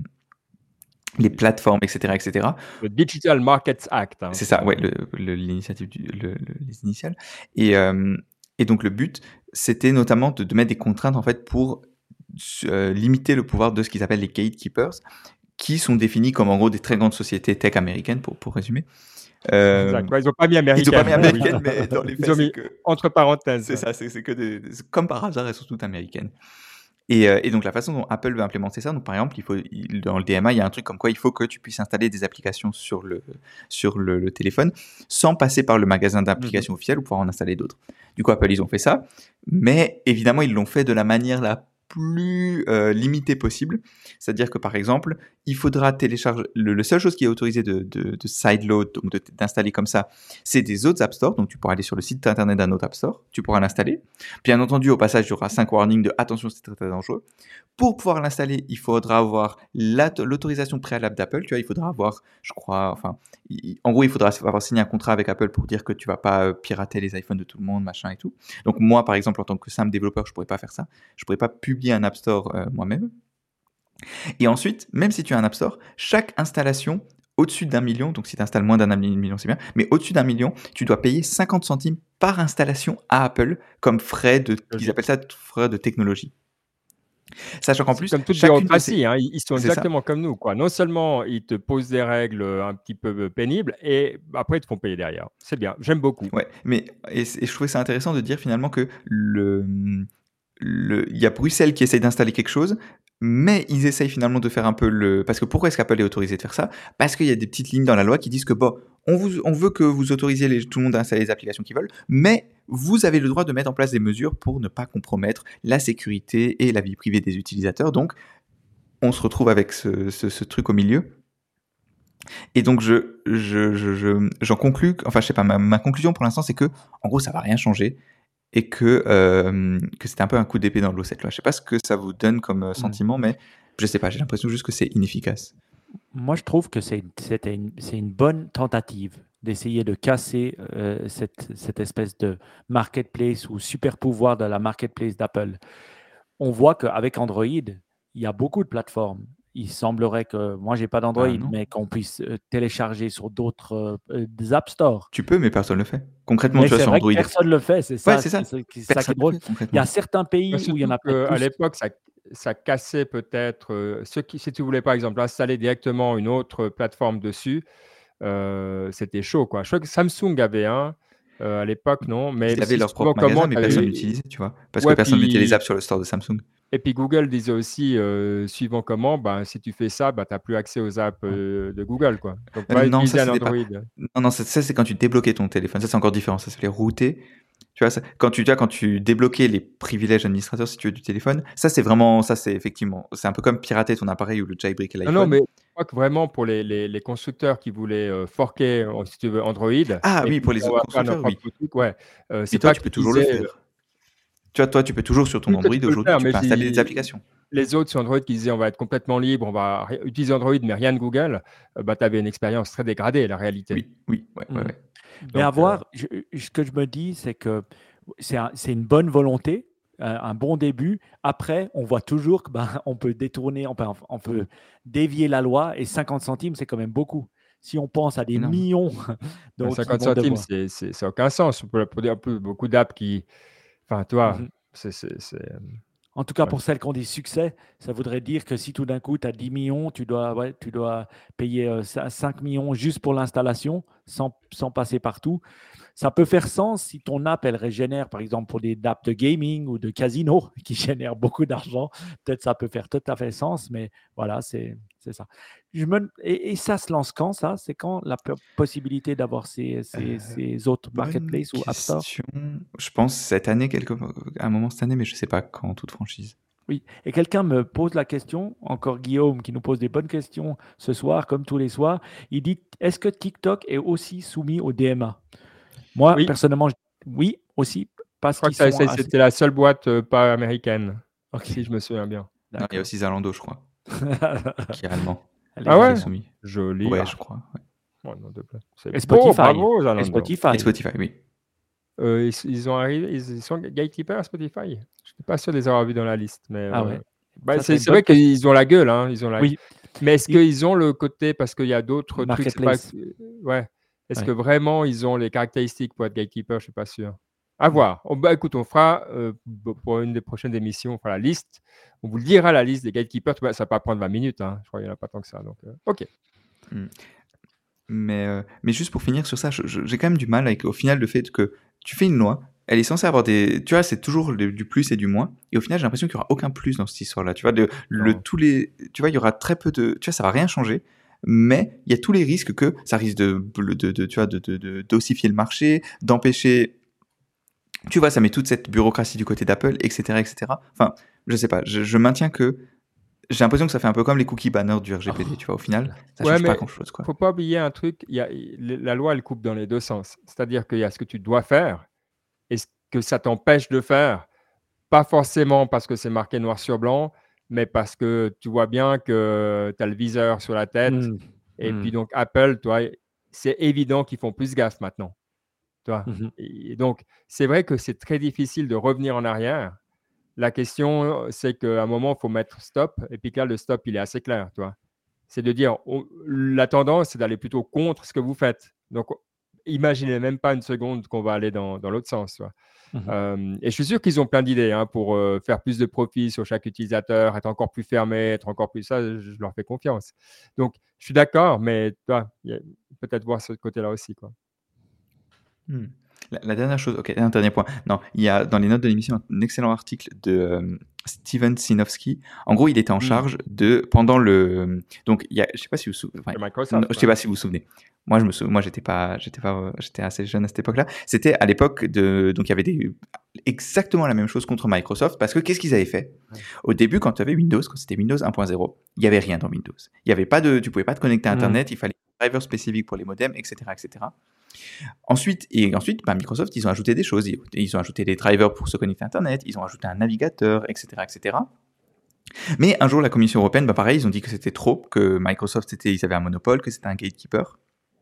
les plateformes, et cetera, et cetera. Le Digital Markets Act. hein, C'est ça, pour- ouais, le, le- l'initiative, du, le- le- les initiales. Et, euh, et donc le but, c'était notamment de, de mettre des contraintes en fait pour euh, limiter le pouvoir de ce qu'ils appellent les gatekeepers, qui sont définis comme en gros des très grandes sociétés tech américaines, pour, pour résumer. Euh, Exact. Ouais, ils n'ont pas mis ils américaine. n'ont pas mis mais oui. américaines, mais dans les Ils faits, ont c'est mis que entre parenthèses. c'est ouais. ça, c'est c'est que des, c'est- comme par hasard, elles sont toutes américaines. Et, euh, et donc la façon dont Apple veut implémenter ça, donc par exemple, il faut, il- dans le D M A, il y a un truc comme quoi il faut que tu puisses installer des applications sur le, sur le, le téléphone sans passer par le magasin d'applications officiel ou pouvoir en installer d'autres. Du coup, Apple, ils ont fait ça, mais évidemment, ils l'ont fait de la manière la plus euh, limitée possible. C'est-à-dire que par exemple, il faudra télécharger. Le, le seule chose qui est autorisé de, de, de sideload, donc de- d'installer comme ça, c'est des autres App Store. Donc tu pourras aller sur le site internet d'un autre App Store, tu pourras l'installer. Bien entendu, au passage, il y aura cinq warnings de attention, c'est très très dangereux. Pour pouvoir l'installer, il faudra avoir la- l'autorisation préalable d'Apple. Tu vois, il faudra avoir, je crois, enfin, il- en gros, il faudra avoir signé un contrat avec Apple pour dire que tu vas pas euh, pirater les iPhones de tout le monde, machin et tout. Donc moi, par exemple, en tant que simple développeur, je pourrais pas faire ça. Je pourrais pas publier un App Store euh, moi-même. Et ensuite, même si tu as un App Store, chaque installation au-dessus d'un million, donc si tu installes moins d'un million, c'est bien, mais au-dessus d'un million, tu dois payer cinquante centimes par installation à Apple comme frais de, ils Logique. appellent ça frais de technologie. Sachant qu'en C'est plus, comme toute chacune de bureaucratie, ces... hein, ils ils sont C'est ça. exactement comme nous. Quoi. Non seulement ils te posent des règles euh, un petit peu euh, pénibles, et après ils te font payer derrière. C'est bien, j'aime beaucoup. Ouais, mais et, et je trouvais ça intéressant de dire finalement que le, le, il y a Bruxelles qui essaye d'installer quelque chose, mais ils essayent finalement de faire un peu le... Parce que pourquoi est-ce qu'Apple est autorisé de faire ça? Parce qu'il y a des petites lignes dans la loi qui disent que bon, on, vous, on veut que vous autorisiez les, tout le monde à installer les applications qu'ils veulent, mais vous avez le droit de mettre en place des mesures pour ne pas compromettre la sécurité et la vie privée des utilisateurs. Donc, on se retrouve avec ce, ce, ce truc au milieu. Et donc, je, je, je, je- j'en conclus, enfin, je sais pas, ma, ma conclusion pour l'instant, c'est que, en gros, ça va rien changer et que, euh, que c'était un peu un coup d'épée dans l'eau cette loi. Je sais pas ce que ça vous donne comme euh, sentiment, mais je sais pas, j'ai l'impression juste que c'est inefficace. Moi, je trouve que c'est c'était une, c'est une bonne tentative d'essayer de casser euh, cette, cette espèce de marketplace ou super pouvoir de la marketplace d'Apple. On voit qu'avec Android, il y a beaucoup de plateformes. Il semblerait que, moi, j'ai pas d'Android, Ah, non. mais qu'on puisse euh, télécharger sur d'autres euh, euh, des App Store. Tu peux, mais personne le fait. Concrètement, Mais tu vois, c'est sur vrai que Android. personne ne le fait, c'est ça, Ouais, c'est ça. c'est- c'est ça qui Personne est drôle. le fait, Il y concrètement. a certains pays Bah, où il y en a surtout peut-être qu'à plus. l'époque, ça, ça cassait peut-être. euh, ceux qui, si tu voulais par exemple installer directement une autre plateforme dessus, euh, c'était chaud. Quoi. Je crois que Samsung avait un euh, à l'époque, non? Mais Ils avaient si leur suivant propre magasin, comment, mais t'avais- personne l'utilisait, tu vois. Parce Ouais, que personne mettait les puis- apps sur le store de Samsung. Et puis Google disait aussi, euh, suivant comment, ben, si tu fais ça, ben, tu n'as plus accès aux apps euh, de Google. Quoi. Donc, Euh, va non, utiliser ça, un c'était pas- Android. Non, non, ça, ça, c'est quand tu débloquais ton téléphone. Ça, c'est encore différent. Ça s'appelait router. Tu vois, ça- quand tu, tu vois, quand tu débloquais les privilèges administrateurs, si tu veux, du téléphone, ça, c'est vraiment, ça, c'est effectivement, c'est un peu comme pirater ton appareil ou le jailbreaker Non, l'iPhone. non, mais je crois que vraiment pour les, les, les constructeurs qui voulaient euh, forquer, euh, si tu veux, Android. Ah et oui, puis pour les on autres va faire notre constructeurs, oui. propre truc, ouais. Euh, Mais c'est toi, pas tu peux qu'ils toujours le disaient, faire. Tu vois, toi, tu peux toujours sur ton Oui, toi, Android tu peux le aujourd'hui, faire, tu mais peux installer j'ai- des applications. les autres sur Android qui disaient on va être complètement libre, on va ri- utiliser Android, mais rien de Google, euh, bah, tu avais une expérience très dégradée, la réalité. Oui, oui, ouais, ouais, Mhm. ouais. Mais à Donc, euh, voir, je- ce que je me dis, c'est que c'est un- c'est une bonne volonté, un, un bon début. Après, on voit toujours que ben, on peut détourner, on peut, on peut dévier la loi et cinquante centimes, c'est quand même beaucoup. si on pense à des Énorme. millions, Ben, donc ils cinquante vont centimes, devoir. c'est, c'est, ça n'a aucun sens. Pour, pour dire plus, beaucoup d'apps qui. Enfin, toi, Mhm. c'est. c'est, c'est, euh, En tout cas, ouais. pour celles qui ont des succès, ça voudrait dire que si tout d'un coup, tu as dix millions, tu dois, ouais, tu dois payer euh, cin- cinq millions juste pour l'installation, sans, sans passer partout. Ça peut faire sens si ton app, elle régénère, par exemple, pour des apps de gaming ou de casino qui génèrent beaucoup d'argent. Peut-être ça peut faire tout à fait sens, mais voilà, c'est c'est ça. Je me, et, et ça se lance quand, ça? C'est quand la po- possibilité d'avoir ces, ces, Euh, ces autres Bonne marketplaces ou App Store? question. Je pense cette année, quelque... à un moment cette année, mais je sais pas quand, toute franchise. Oui, et quelqu'un me pose la question, encore Guillaume qui nous pose des bonnes questions ce soir, comme tous les soirs. Il dit, est-ce que TikTok est aussi soumis au D M A? Moi, Oui, personnellement, je- oui, aussi, je parce crois qu'ils que ça- sont ça- assez... c'était la seule boîte euh, pas américaine, Ok, si je me souviens bien. Non, il y a d'accord. aussi Zalando, je crois, qui est allemand, Elle est Ah qui est ouais? gentille. soumis. Joli. Ouais, Ah, je crois. Ouais. oh, non, de plus. C'est Et beau, Spotify. bravo, Et Zalando. Et Spotify. Spotify, oui. Euh, ils, ils ont arrivé, ils, ils sont gatekeepers à Spotify. Je n'étais pas sûr de les avoir vus dans la liste, mais Ah euh, ouais. bah, Ça, c'est, c'est une c'est bonne vrai question. qu'ils ont la gueule, hein, ils ont la... Oui, Mais est-ce il- qu'ils ont le côté, parce qu'il y a d'autres trucs, c'est pas... marketplace. Ouais. Est-ce Ouais. que vraiment ils ont les caractéristiques pour être gatekeeper? Je suis pas sûr. À Mm. voir. On, bah, écoute, on fera euh, b- pour une des prochaines émissions, on fera la liste. On vous dira la liste des gatekeepers. Tu vois, ça va pas prendre vingt minutes. Hein. Je crois qu'il n'y en a pas tant que ça. Donc, euh, ok. Mm. Mais, euh, mais juste pour finir sur ça, je- je- j'ai quand même du mal avec au final le fait que tu fais une loi, elle est censée avoir des. Tu vois, c'est toujours le- du plus et du moins. Et au final, j'ai l'impression qu'il n'y aura aucun plus dans cette histoire-là. Tu vois, de, le, Non. tous les, tu vois, il y aura très peu de. Tu vois, ça va rien changer. Mais il y a tous les risques que ça risque de, de, de- tu vois, de, de, de- d'ossifier le marché, d'empêcher. Tu vois, ça met toute cette bureaucratie du côté d'Apple, et cetera, et cetera. Enfin, je sais pas. Je, je maintiens que j'ai l'impression que ça fait un peu comme les cookies banners du R G P D. Tu vois, au final, ça Ouais, change pas mais grand-chose, quoi. faut pas oublier un truc. Il y a, il- la loi, elle coupe dans les deux sens. C'est-à-dire qu'il y a ce que tu dois faire et ce que ça t'empêche de faire. Pas forcément parce que c'est marqué noir sur blanc, mais parce que tu vois bien que tu as le viseur sur la tête. Mm. Et Mm. puis donc Apple, toi, c'est évident qu'ils font plus gaffe maintenant. Toi. Mhm. Et donc, c'est vrai que c'est très difficile de revenir en arrière. La question, c'est qu'à un moment, il faut mettre stop. Et puis là, le stop, il est assez clair. Toi. C'est de dire, on- la tendance, c'est d'aller plutôt contre ce que vous faites. Donc, imaginez même pas une seconde qu'on va aller dans, dans l'autre sens. Toi. Mhm. Euh, et je suis sûr qu'ils ont plein d'idées hein, pour euh, faire plus de profit sur chaque utilisateur, être encore plus fermé, être encore plus ça, je, je leur fais confiance. Donc, je suis d'accord, mais toi, y a- peut-être voir ce côté-là aussi. Quoi. Hmm. La, la dernière chose, ok, un dernier point. Non, il y a dans les notes de l'émission un excellent article de euh, Steven Sinofsky. En gros, il était en Hmm. charge de pendant le. Donc, il y a, je sais pas si vous, sou- enfin, Et Microsoft. non, je sais ouais. pas si vous vous souvenez. Moi, je me souviens, moi, j'étais pas, j'étais pas, euh, j'étais assez jeune à cette époque-là. C'était à l'époque de, donc il y avait des exactement la même chose contre Microsoft parce que qu'est-ce qu'ils avaient fait au début quand tu avais Windows, quand c'était Windows un point zéro, il y avait rien dans Windows. Il y avait pas de, tu pouvais pas te connecter à Hmm. Internet, il fallait un driver spécifique pour les modems, et cetera, et cetera. Ensuite, et ensuite, bah, Microsoft, ils ont ajouté des choses. Ils, ils ont ajouté des drivers pour se connecter à Internet, ils ont ajouté un navigateur, et cetera, et cetera. Mais un jour, la Commission européenne, bah, pareil, ils ont dit que c'était trop, que Microsoft, c'était, ils avaient un monopole, que c'était un gatekeeper.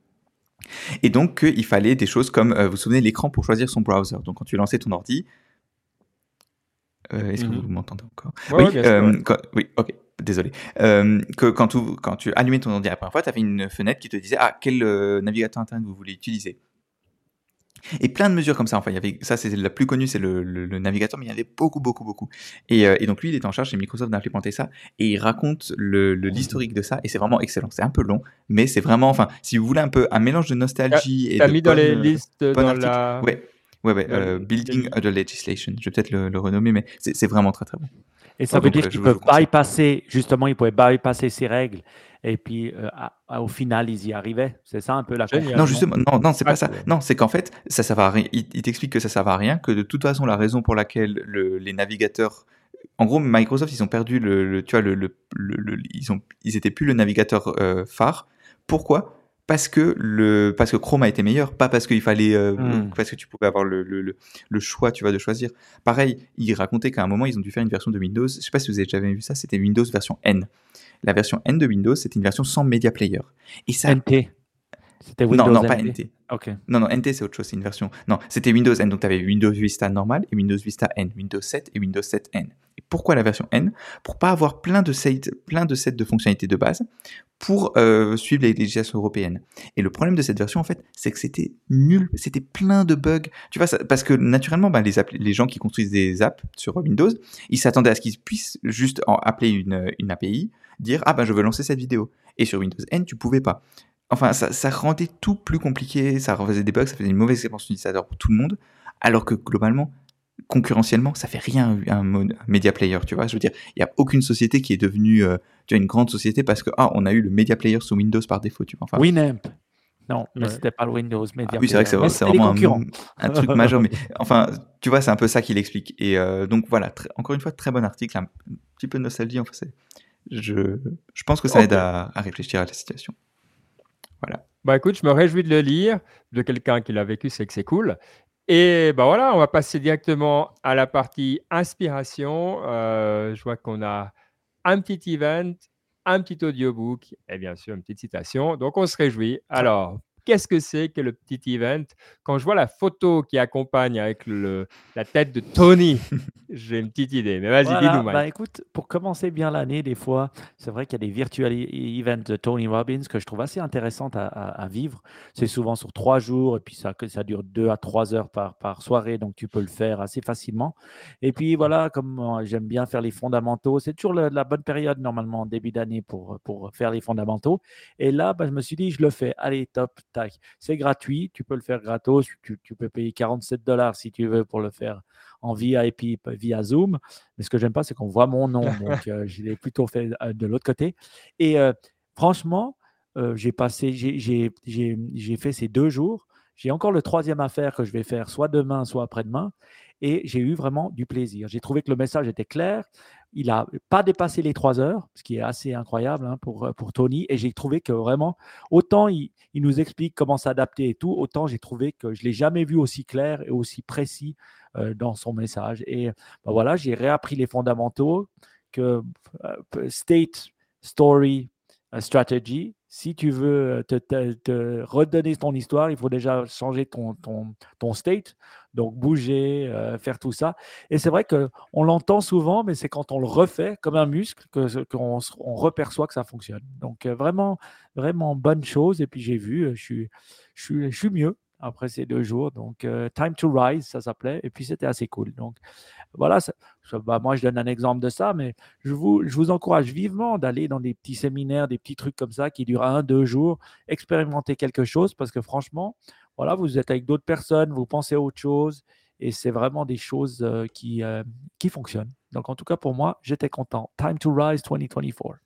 Et donc, qu'il fallait des choses comme, euh, vous vous souvenez, l'écran pour choisir son browser. Donc, quand tu lançais ton ordi, euh, est-ce que Mhm. vous m'entendez encore? Ouais, Oui, ouais, bien sûr, euh, ouais. quand- oui, ok, désolé. Euh, que quand, tu, quand tu allumais ton ordi la première fois, tu avais une fenêtre qui te disait ah, quel euh, navigateur Internet vous voulez utiliser. Et plein de mesures comme ça. Enfin, il y avait, ça, c'est la plus connue, c'est le, le, le navigateur, mais il y en avait beaucoup, beaucoup, beaucoup. Et, euh, et donc, lui, il était en charge chez Microsoft d'implémenter ça. Et il raconte le, le, l'historique de ça. Et c'est vraiment excellent. C'est un peu long, mais c'est vraiment, enfin, si vous voulez un peu un mélange de nostalgie et T'as de mis dans bonnes, les euh, listes, bon dans article. la... Ouais, ouais, ouais. dans euh, les- Building les- Other Legislation. Je vais peut-être le, le renommer, mais c'est, c'est vraiment très, très bon. Et ça Donc, veut dire euh, qu'ils je, je peuvent vous conseille. bypasser, justement, ils pouvaient bypasser ces règles. Et puis, euh, à- à- au final, ils y arrivaient. C'est ça un peu la Génial. conclusion. Non, justement, non, non, c'est Ah, pas ça. c'est- Non, c'est qu'en fait, ça, ça va à rien. Il, il t'explique que ça, ça va à rien, que de toute façon, la raison pour laquelle le, les navigateurs, en gros, Microsoft, ils ont perdu le, le tu vois, le, le, le, le- ils ont, ils étaient plus le navigateur euh, phare. Pourquoi? Parce que le, parce que Chrome a été meilleur, pas parce qu'il fallait, euh, Hmm. parce que tu pouvais avoir le, le, le, le choix, tu vois, de choisir. Pareil, il racontait qu'à un moment, ils ont dû faire une version de Windows. Je sais pas si vous avez déjà vu ça, c'était Windows version N. La version N de Windows, c'était une version sans Media Player. Et ça, N T. C'était Non, Windows non, pas N T. N T. Ok. Non, non, N T, c'est autre chose, c'est une version. Non, c'était Windows N. Donc, tu avais Windows Vista normal et Windows Vista N, Windows sept et Windows sept N. Et pourquoi la version N? Pour pas avoir plein de sets, plein de sets de fonctionnalités de base pour euh, suivre les législations européennes. Et le problème de cette version, en fait, c'est que c'était nul, c'était plein de bugs. Tu vois, ça, parce que naturellement, ben, les, appli- les gens qui construisent des apps sur Windows, ils s'attendaient à ce qu'ils puissent juste en appeler une, une A P I, dire ah ben je veux lancer cette vidéo. Et sur Windows N, tu pouvais pas. Enfin, ça, ça rendait tout plus compliqué, ça faisait des bugs, ça faisait une mauvaise expérience utilisateur pour tout le monde, alors que globalement, concurrentiellement, ça fait rien un, mode- un media player, tu vois. Je veux dire, il n'y a aucune société qui est devenue euh, tu vois, une grande société parce que ah, on a eu le media player sous Windows par défaut, tu vois. Enfin, Winamp. Non, mais Ouais. c'était pas le Windows Media ah oui, c'est vrai que Player. c'est Mais c'est c'était les vraiment concurrents. un, un truc majeur, mais enfin, tu vois, c'est un peu ça qui l'explique. Et euh, donc voilà, très- encore une fois, très bon article, un petit peu de nostalgie. Enfin, c'est, je, je pense que ça aide Ok. à, à réfléchir à la situation. Voilà. Bah écoute, je me réjouis de le lire, de quelqu'un qui l'a vécu, c'est que c'est cool. Et bah voilà, on va passer directement à la partie inspiration. Euh, je vois qu'on a un petit event, un petit audiobook et bien sûr une petite citation. Donc on se réjouit. Alors, qu'est-ce que c'est que le petit event? Quand je vois la photo qui accompagne avec le, la tête de Tony, j'ai une petite idée. Mais vas-y, Voilà, dis-nous, bah Mike. écoute, pour commencer bien l'année, des fois, c'est vrai qu'il y a des virtual e- events de Tony Robbins que je trouve assez intéressantes à, à- à vivre. C'est souvent sur trois jours et puis ça, que ça dure deux à trois heures par, par soirée, donc tu peux le faire assez facilement. Et puis voilà, comme euh, j'aime bien faire les fondamentaux, c'est toujours le- la bonne période normalement en début d'année pour, pour faire les fondamentaux. Et là, bah, je me suis dit, je le fais. Allez, top, tac. C'est gratuit, tu peux le faire gratos, tu, tu peux payer quarante-sept dollars si tu veux pour le faire en V I P via Zoom. Mais ce que j'aime pas, c'est qu'on voit mon nom. Donc, euh, je l'ai plutôt fait euh, de l'autre côté. Et euh, franchement, euh, j'ai passé, j'ai, j'ai, j'ai, j'ai fait ces deux jours. J'ai encore le troisième affaire que je vais faire soit demain, soit après-demain. Et j'ai eu vraiment du plaisir. J'ai trouvé que le message était clair. Il n'a pas dépassé les trois heures, ce qui est assez incroyable hein, pour, pour Tony. Et j'ai trouvé que vraiment, autant il, il nous explique comment s'adapter et tout, autant j'ai trouvé que je ne l'ai jamais vu aussi clair et aussi précis euh, dans son message. Et ben voilà, j'ai réappris les fondamentaux que euh, state, story, uh, strategy. Si tu veux te, te, te, redonner ton histoire, il faut déjà changer ton, ton, ton state, donc bouger, euh, faire tout ça. Et c'est vrai qu'on l'entend souvent, mais c'est quand on le refait comme un muscle que, qu'on on reperçoit que ça fonctionne. Donc euh, vraiment, vraiment bonne chose. Et puis j'ai vu, je suis, je suis, je suis mieux après ces deux jours. Donc, euh, Time to Rise, ça s'appelait. Et puis, c'était assez cool. Donc, voilà, ça, ça, bah, moi, je donne un exemple de ça, mais je vous, je vous encourage vivement d'aller dans des petits séminaires, des petits trucs comme ça qui durent un, deux jours, expérimenter quelque chose parce que franchement, voilà, vous êtes avec d'autres personnes, vous pensez à autre chose et c'est vraiment des choses euh, qui, euh, qui fonctionnent. Donc, en tout cas, pour moi, j'étais content. Time to Rise vingt vingt-quatre.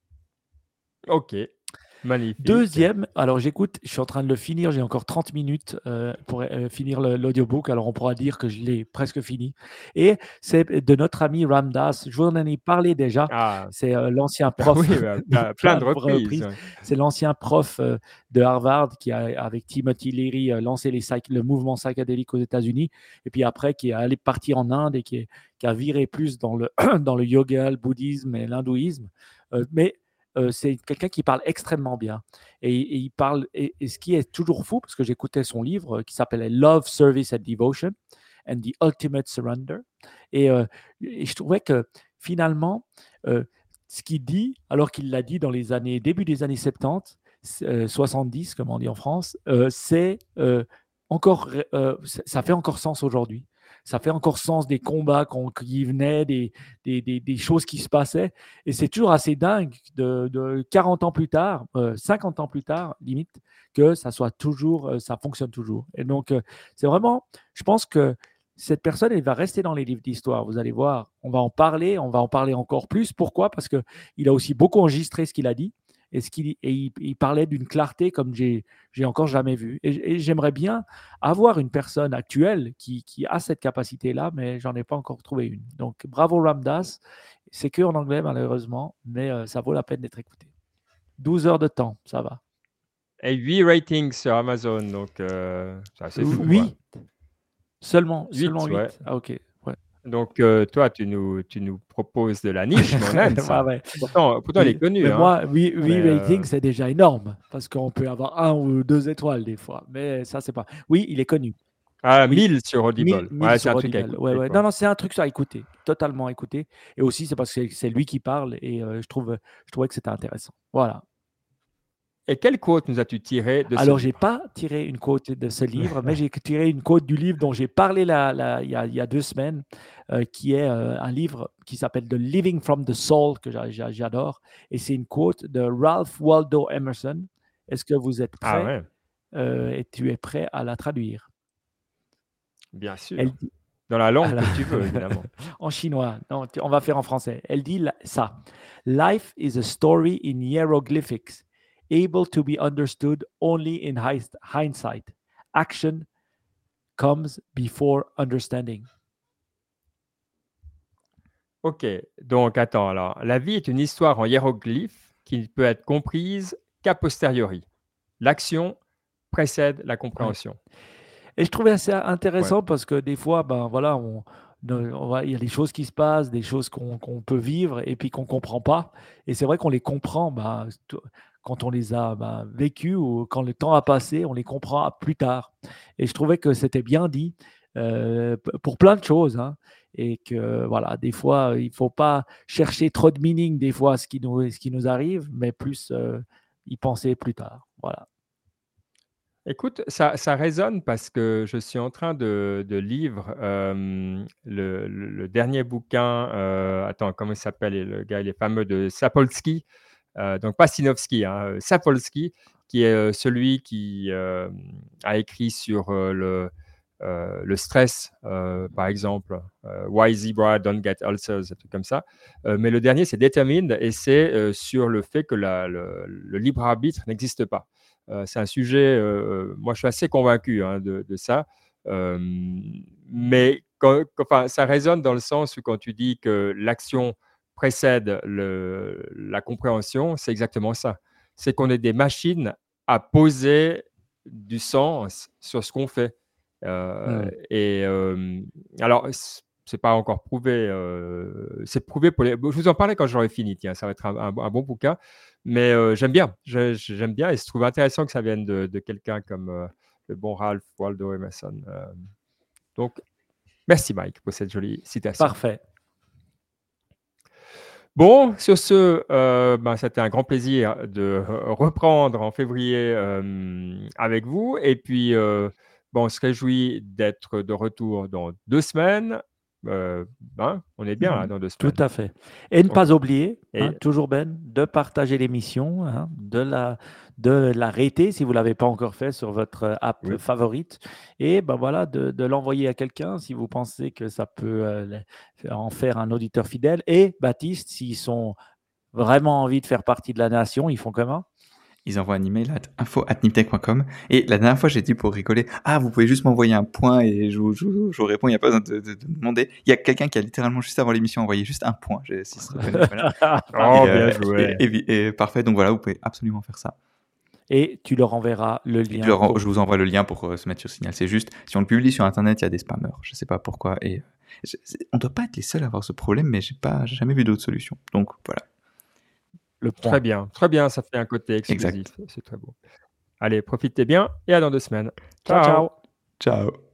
Ok, magnifique. Deuxième, alors j'écoute, je suis en train de le finir, j'ai encore trente minutes euh, pour euh, finir le- l'audiobook, alors on pourra dire que je l'ai presque fini. Et c'est de notre ami Ramdas, je vous en ai parlé déjà, Ah, c'est euh, l'ancien bah prof oui, bah, de plein, plein plein de de reprises. reprises, c'est l'ancien prof euh, de Harvard qui a, avec Timothy Leary, euh, lancé les psych- le mouvement psychédélique aux États-Unis, et puis après qui est allé partir en Inde et qui, est- qui a viré plus dans le, dans le yoga, le bouddhisme et l'hindouisme. Euh, mais euh, c'est quelqu'un qui parle extrêmement bien. Et, et il parle, et, et, ce qui est toujours fou, parce que j'écoutais son livre euh, qui s'appelait Love, Service and Devotion and the Ultimate Surrender. Et, euh, et je trouvais que finalement, euh, ce qu'il dit, alors qu'il l'a dit dans les années, début des années soixante-dix, euh, soixante-dix, comme on dit en France, euh, c'est euh, encore, euh, ça fait encore sens aujourd'hui. Ça fait encore sens des combats qu'on, qui venaient, des, des, des, des, choses qui se passaient. Et c'est toujours assez dingue de, de quarante ans plus tard, euh, cinquante ans plus tard, limite, que ça soit toujours, euh, ça fonctionne toujours. Et donc, euh, c'est vraiment, je pense que cette personne, elle va rester dans les livres d'histoire. Vous allez voir, on va en parler, on va en parler encore plus. Pourquoi? Parce qu'il a aussi beaucoup enregistré ce qu'il a dit. Et, ce qu'il, et il, il parlait d'une clarté comme j'ai, j'ai encore jamais vu. Et, et j'aimerais bien avoir une personne actuelle qui, qui a cette capacité-là, mais j'en ai pas encore trouvé une. Donc, bravo Ramdas. C'est que en anglais, malheureusement, mais euh, ça vaut la peine d'être écouté. douze heures de temps, ça va. Et huit ratings sur Amazon, donc euh, c'est assez fou. huit Quoi. Seulement, huit, seulement huit ouais. Ah, ok. Ouais. Donc, euh, toi, tu nous, tu nous proposes de la niche, mais on aime ça. Ouais, ouais. Pourtant, pourtant, elle est Oui, connue. mais Hein. moi, huit Mais, ratings, euh, c'est déjà énorme parce qu'on peut avoir un ou deux étoiles des fois. Mais ça, c'est pas. Oui, il est connu. Ah, Oui, mille sur mille Audible. mille Ouais, c'est sur un truc à Audible. Ouais, écouter, ouais. quoi. Non, non, c'est un truc à écouter, totalement à écouter. Et aussi, c'est parce que c'est- c'est lui qui parle et euh, je trouve, je trouvais que c'était intéressant. Voilà. Et quelle quote nous as-tu tiré de ce Alors, j'ai livre? pas tiré une quote de ce livre, mais j'ai tiré une quote du livre dont j'ai parlé la- la- il, y a, il y a deux semaines, euh, qui est euh, un livre qui s'appelle The Living from the Soul, que j'a- j'a- j'adore. Et c'est une quote de Ralph Waldo Emerson. Est-ce que vous êtes Ah prêts ouais, euh, et tu es prêt à la traduire? bien Elle sûr. dit, Dans la langue alors, que tu veux, évidemment. en chinois, non, tu- on va faire en français. Elle dit la- ça. Life is a story in hieroglyphics, able to be understood only in hi- hindsight. Action comes before understanding. Ok, donc attends, alors, la vie est une histoire en hiéroglyphes qui ne peut être comprise qu'a posteriori. L'action précède la Ouais. compréhension. Et je trouvais assez Ouais. intéressant parce que des fois, ben voilà, on, ne- on va- il y a des choses qui se passent, des choses qu'on qu'on peut vivre et puis qu'on comprend pas. Et c'est vrai qu'on les comprend ben, t- quand on les a ben, vécues ou quand le temps a passé, on les comprend plus tard. Et je trouvais que c'était bien dit euh, p- pour plein de choses. Hein. Et que voilà, des fois, il faut pas chercher trop de meaning des fois à ce qui nous, ce qui nous arrive, mais plus euh, y penser plus tard. Voilà. Écoute, ça, ça résonne parce que je suis en train de, de lire euh, le, le- le dernier bouquin. Euh, attends, comment il s'appelle? Et le gars, il est fameux de Sapolsky. Euh, donc pas Sinofsky, hein, euh, Sapolsky, qui est euh, celui qui euh, a écrit sur euh, le, euh, le stress, euh, par exemple, euh, Why Zebra Don't Get Ulcers, un truc comme ça. Euh, mais le dernier, c'est Determined, et c'est euh, sur le fait que la- le, le libre arbitre n'existe pas. Euh, c'est un sujet, euh, moi je suis assez convaincu hein, de, de ça, euh, mais quand, quand- enfin, ça résonne dans le sens où quand tu dis que l'action précède le, la compréhension, c'est exactement ça. C'est qu'on est des machines à poser du sens sur ce qu'on fait. Euh, Mm. et euh, alors, c- c'est pas encore prouvé. euh, c'est prouvé pour les. Je vous en parlais quand j'aurai fini. Tiens, ça va être un, un- un bon bouquin. Mais euh, j'aime bien. Je- je- J'aime bien et je trouve intéressant que ça vienne de, de quelqu'un comme euh, le bon Ralph Waldo Emerson. Euh, donc, merci Mike pour cette jolie citation. Parfait. Bon, sur ce, euh, ben, c'était un grand plaisir de euh, reprendre en février euh, avec vous. Et puis, euh, bon, on se réjouit d'être de retour dans deux semaines. Euh, ben, on est bien là, dans deux Tout semaines. à fait. Et ne Donc, pas oublier, hein, et toujours Ben, de partager l'émission, hein, de la, de la rater si vous ne l'avez pas encore fait sur votre app oui, favorite. Et ben voilà, de, de l'envoyer à quelqu'un si vous pensez que ça peut euh, en faire un auditeur fidèle. Et Baptiste, s'ils sont vraiment envie de faire partie de la nation, ils font comment? Ils envoient un email à info arobase niptech point com. Et la dernière fois, j'ai dit pour rigoler, ah, vous pouvez juste m'envoyer un point et je vous, je vous- je vous réponds, il n'y a pas besoin de, de- de demander. Il y a quelqu'un qui a littéralement juste avant l'émission envoyé juste un point. J'ai- Si se reconnaît, voilà. oh, Et, bien euh, joué. et- et- et parfait, donc voilà, vous pouvez absolument faire ça. Et tu leur enverras le Et lien. je, leur en- pour- je vous envoie le lien pour euh, se mettre sur Signal. C'est juste, si on le publie sur Internet, il y a des spammers. Je sais pas pourquoi. Et euh, je- c'est- on doit pas être les seuls à avoir ce problème, mais j'ai pas, j'ai jamais vu d'autres solutions. Donc voilà. Le point. Très bien, très bien. Ça fait un côté exclusif. C'est très beau. Allez, profitez bien et à dans deux semaines. Ciao, ciao. Ciao.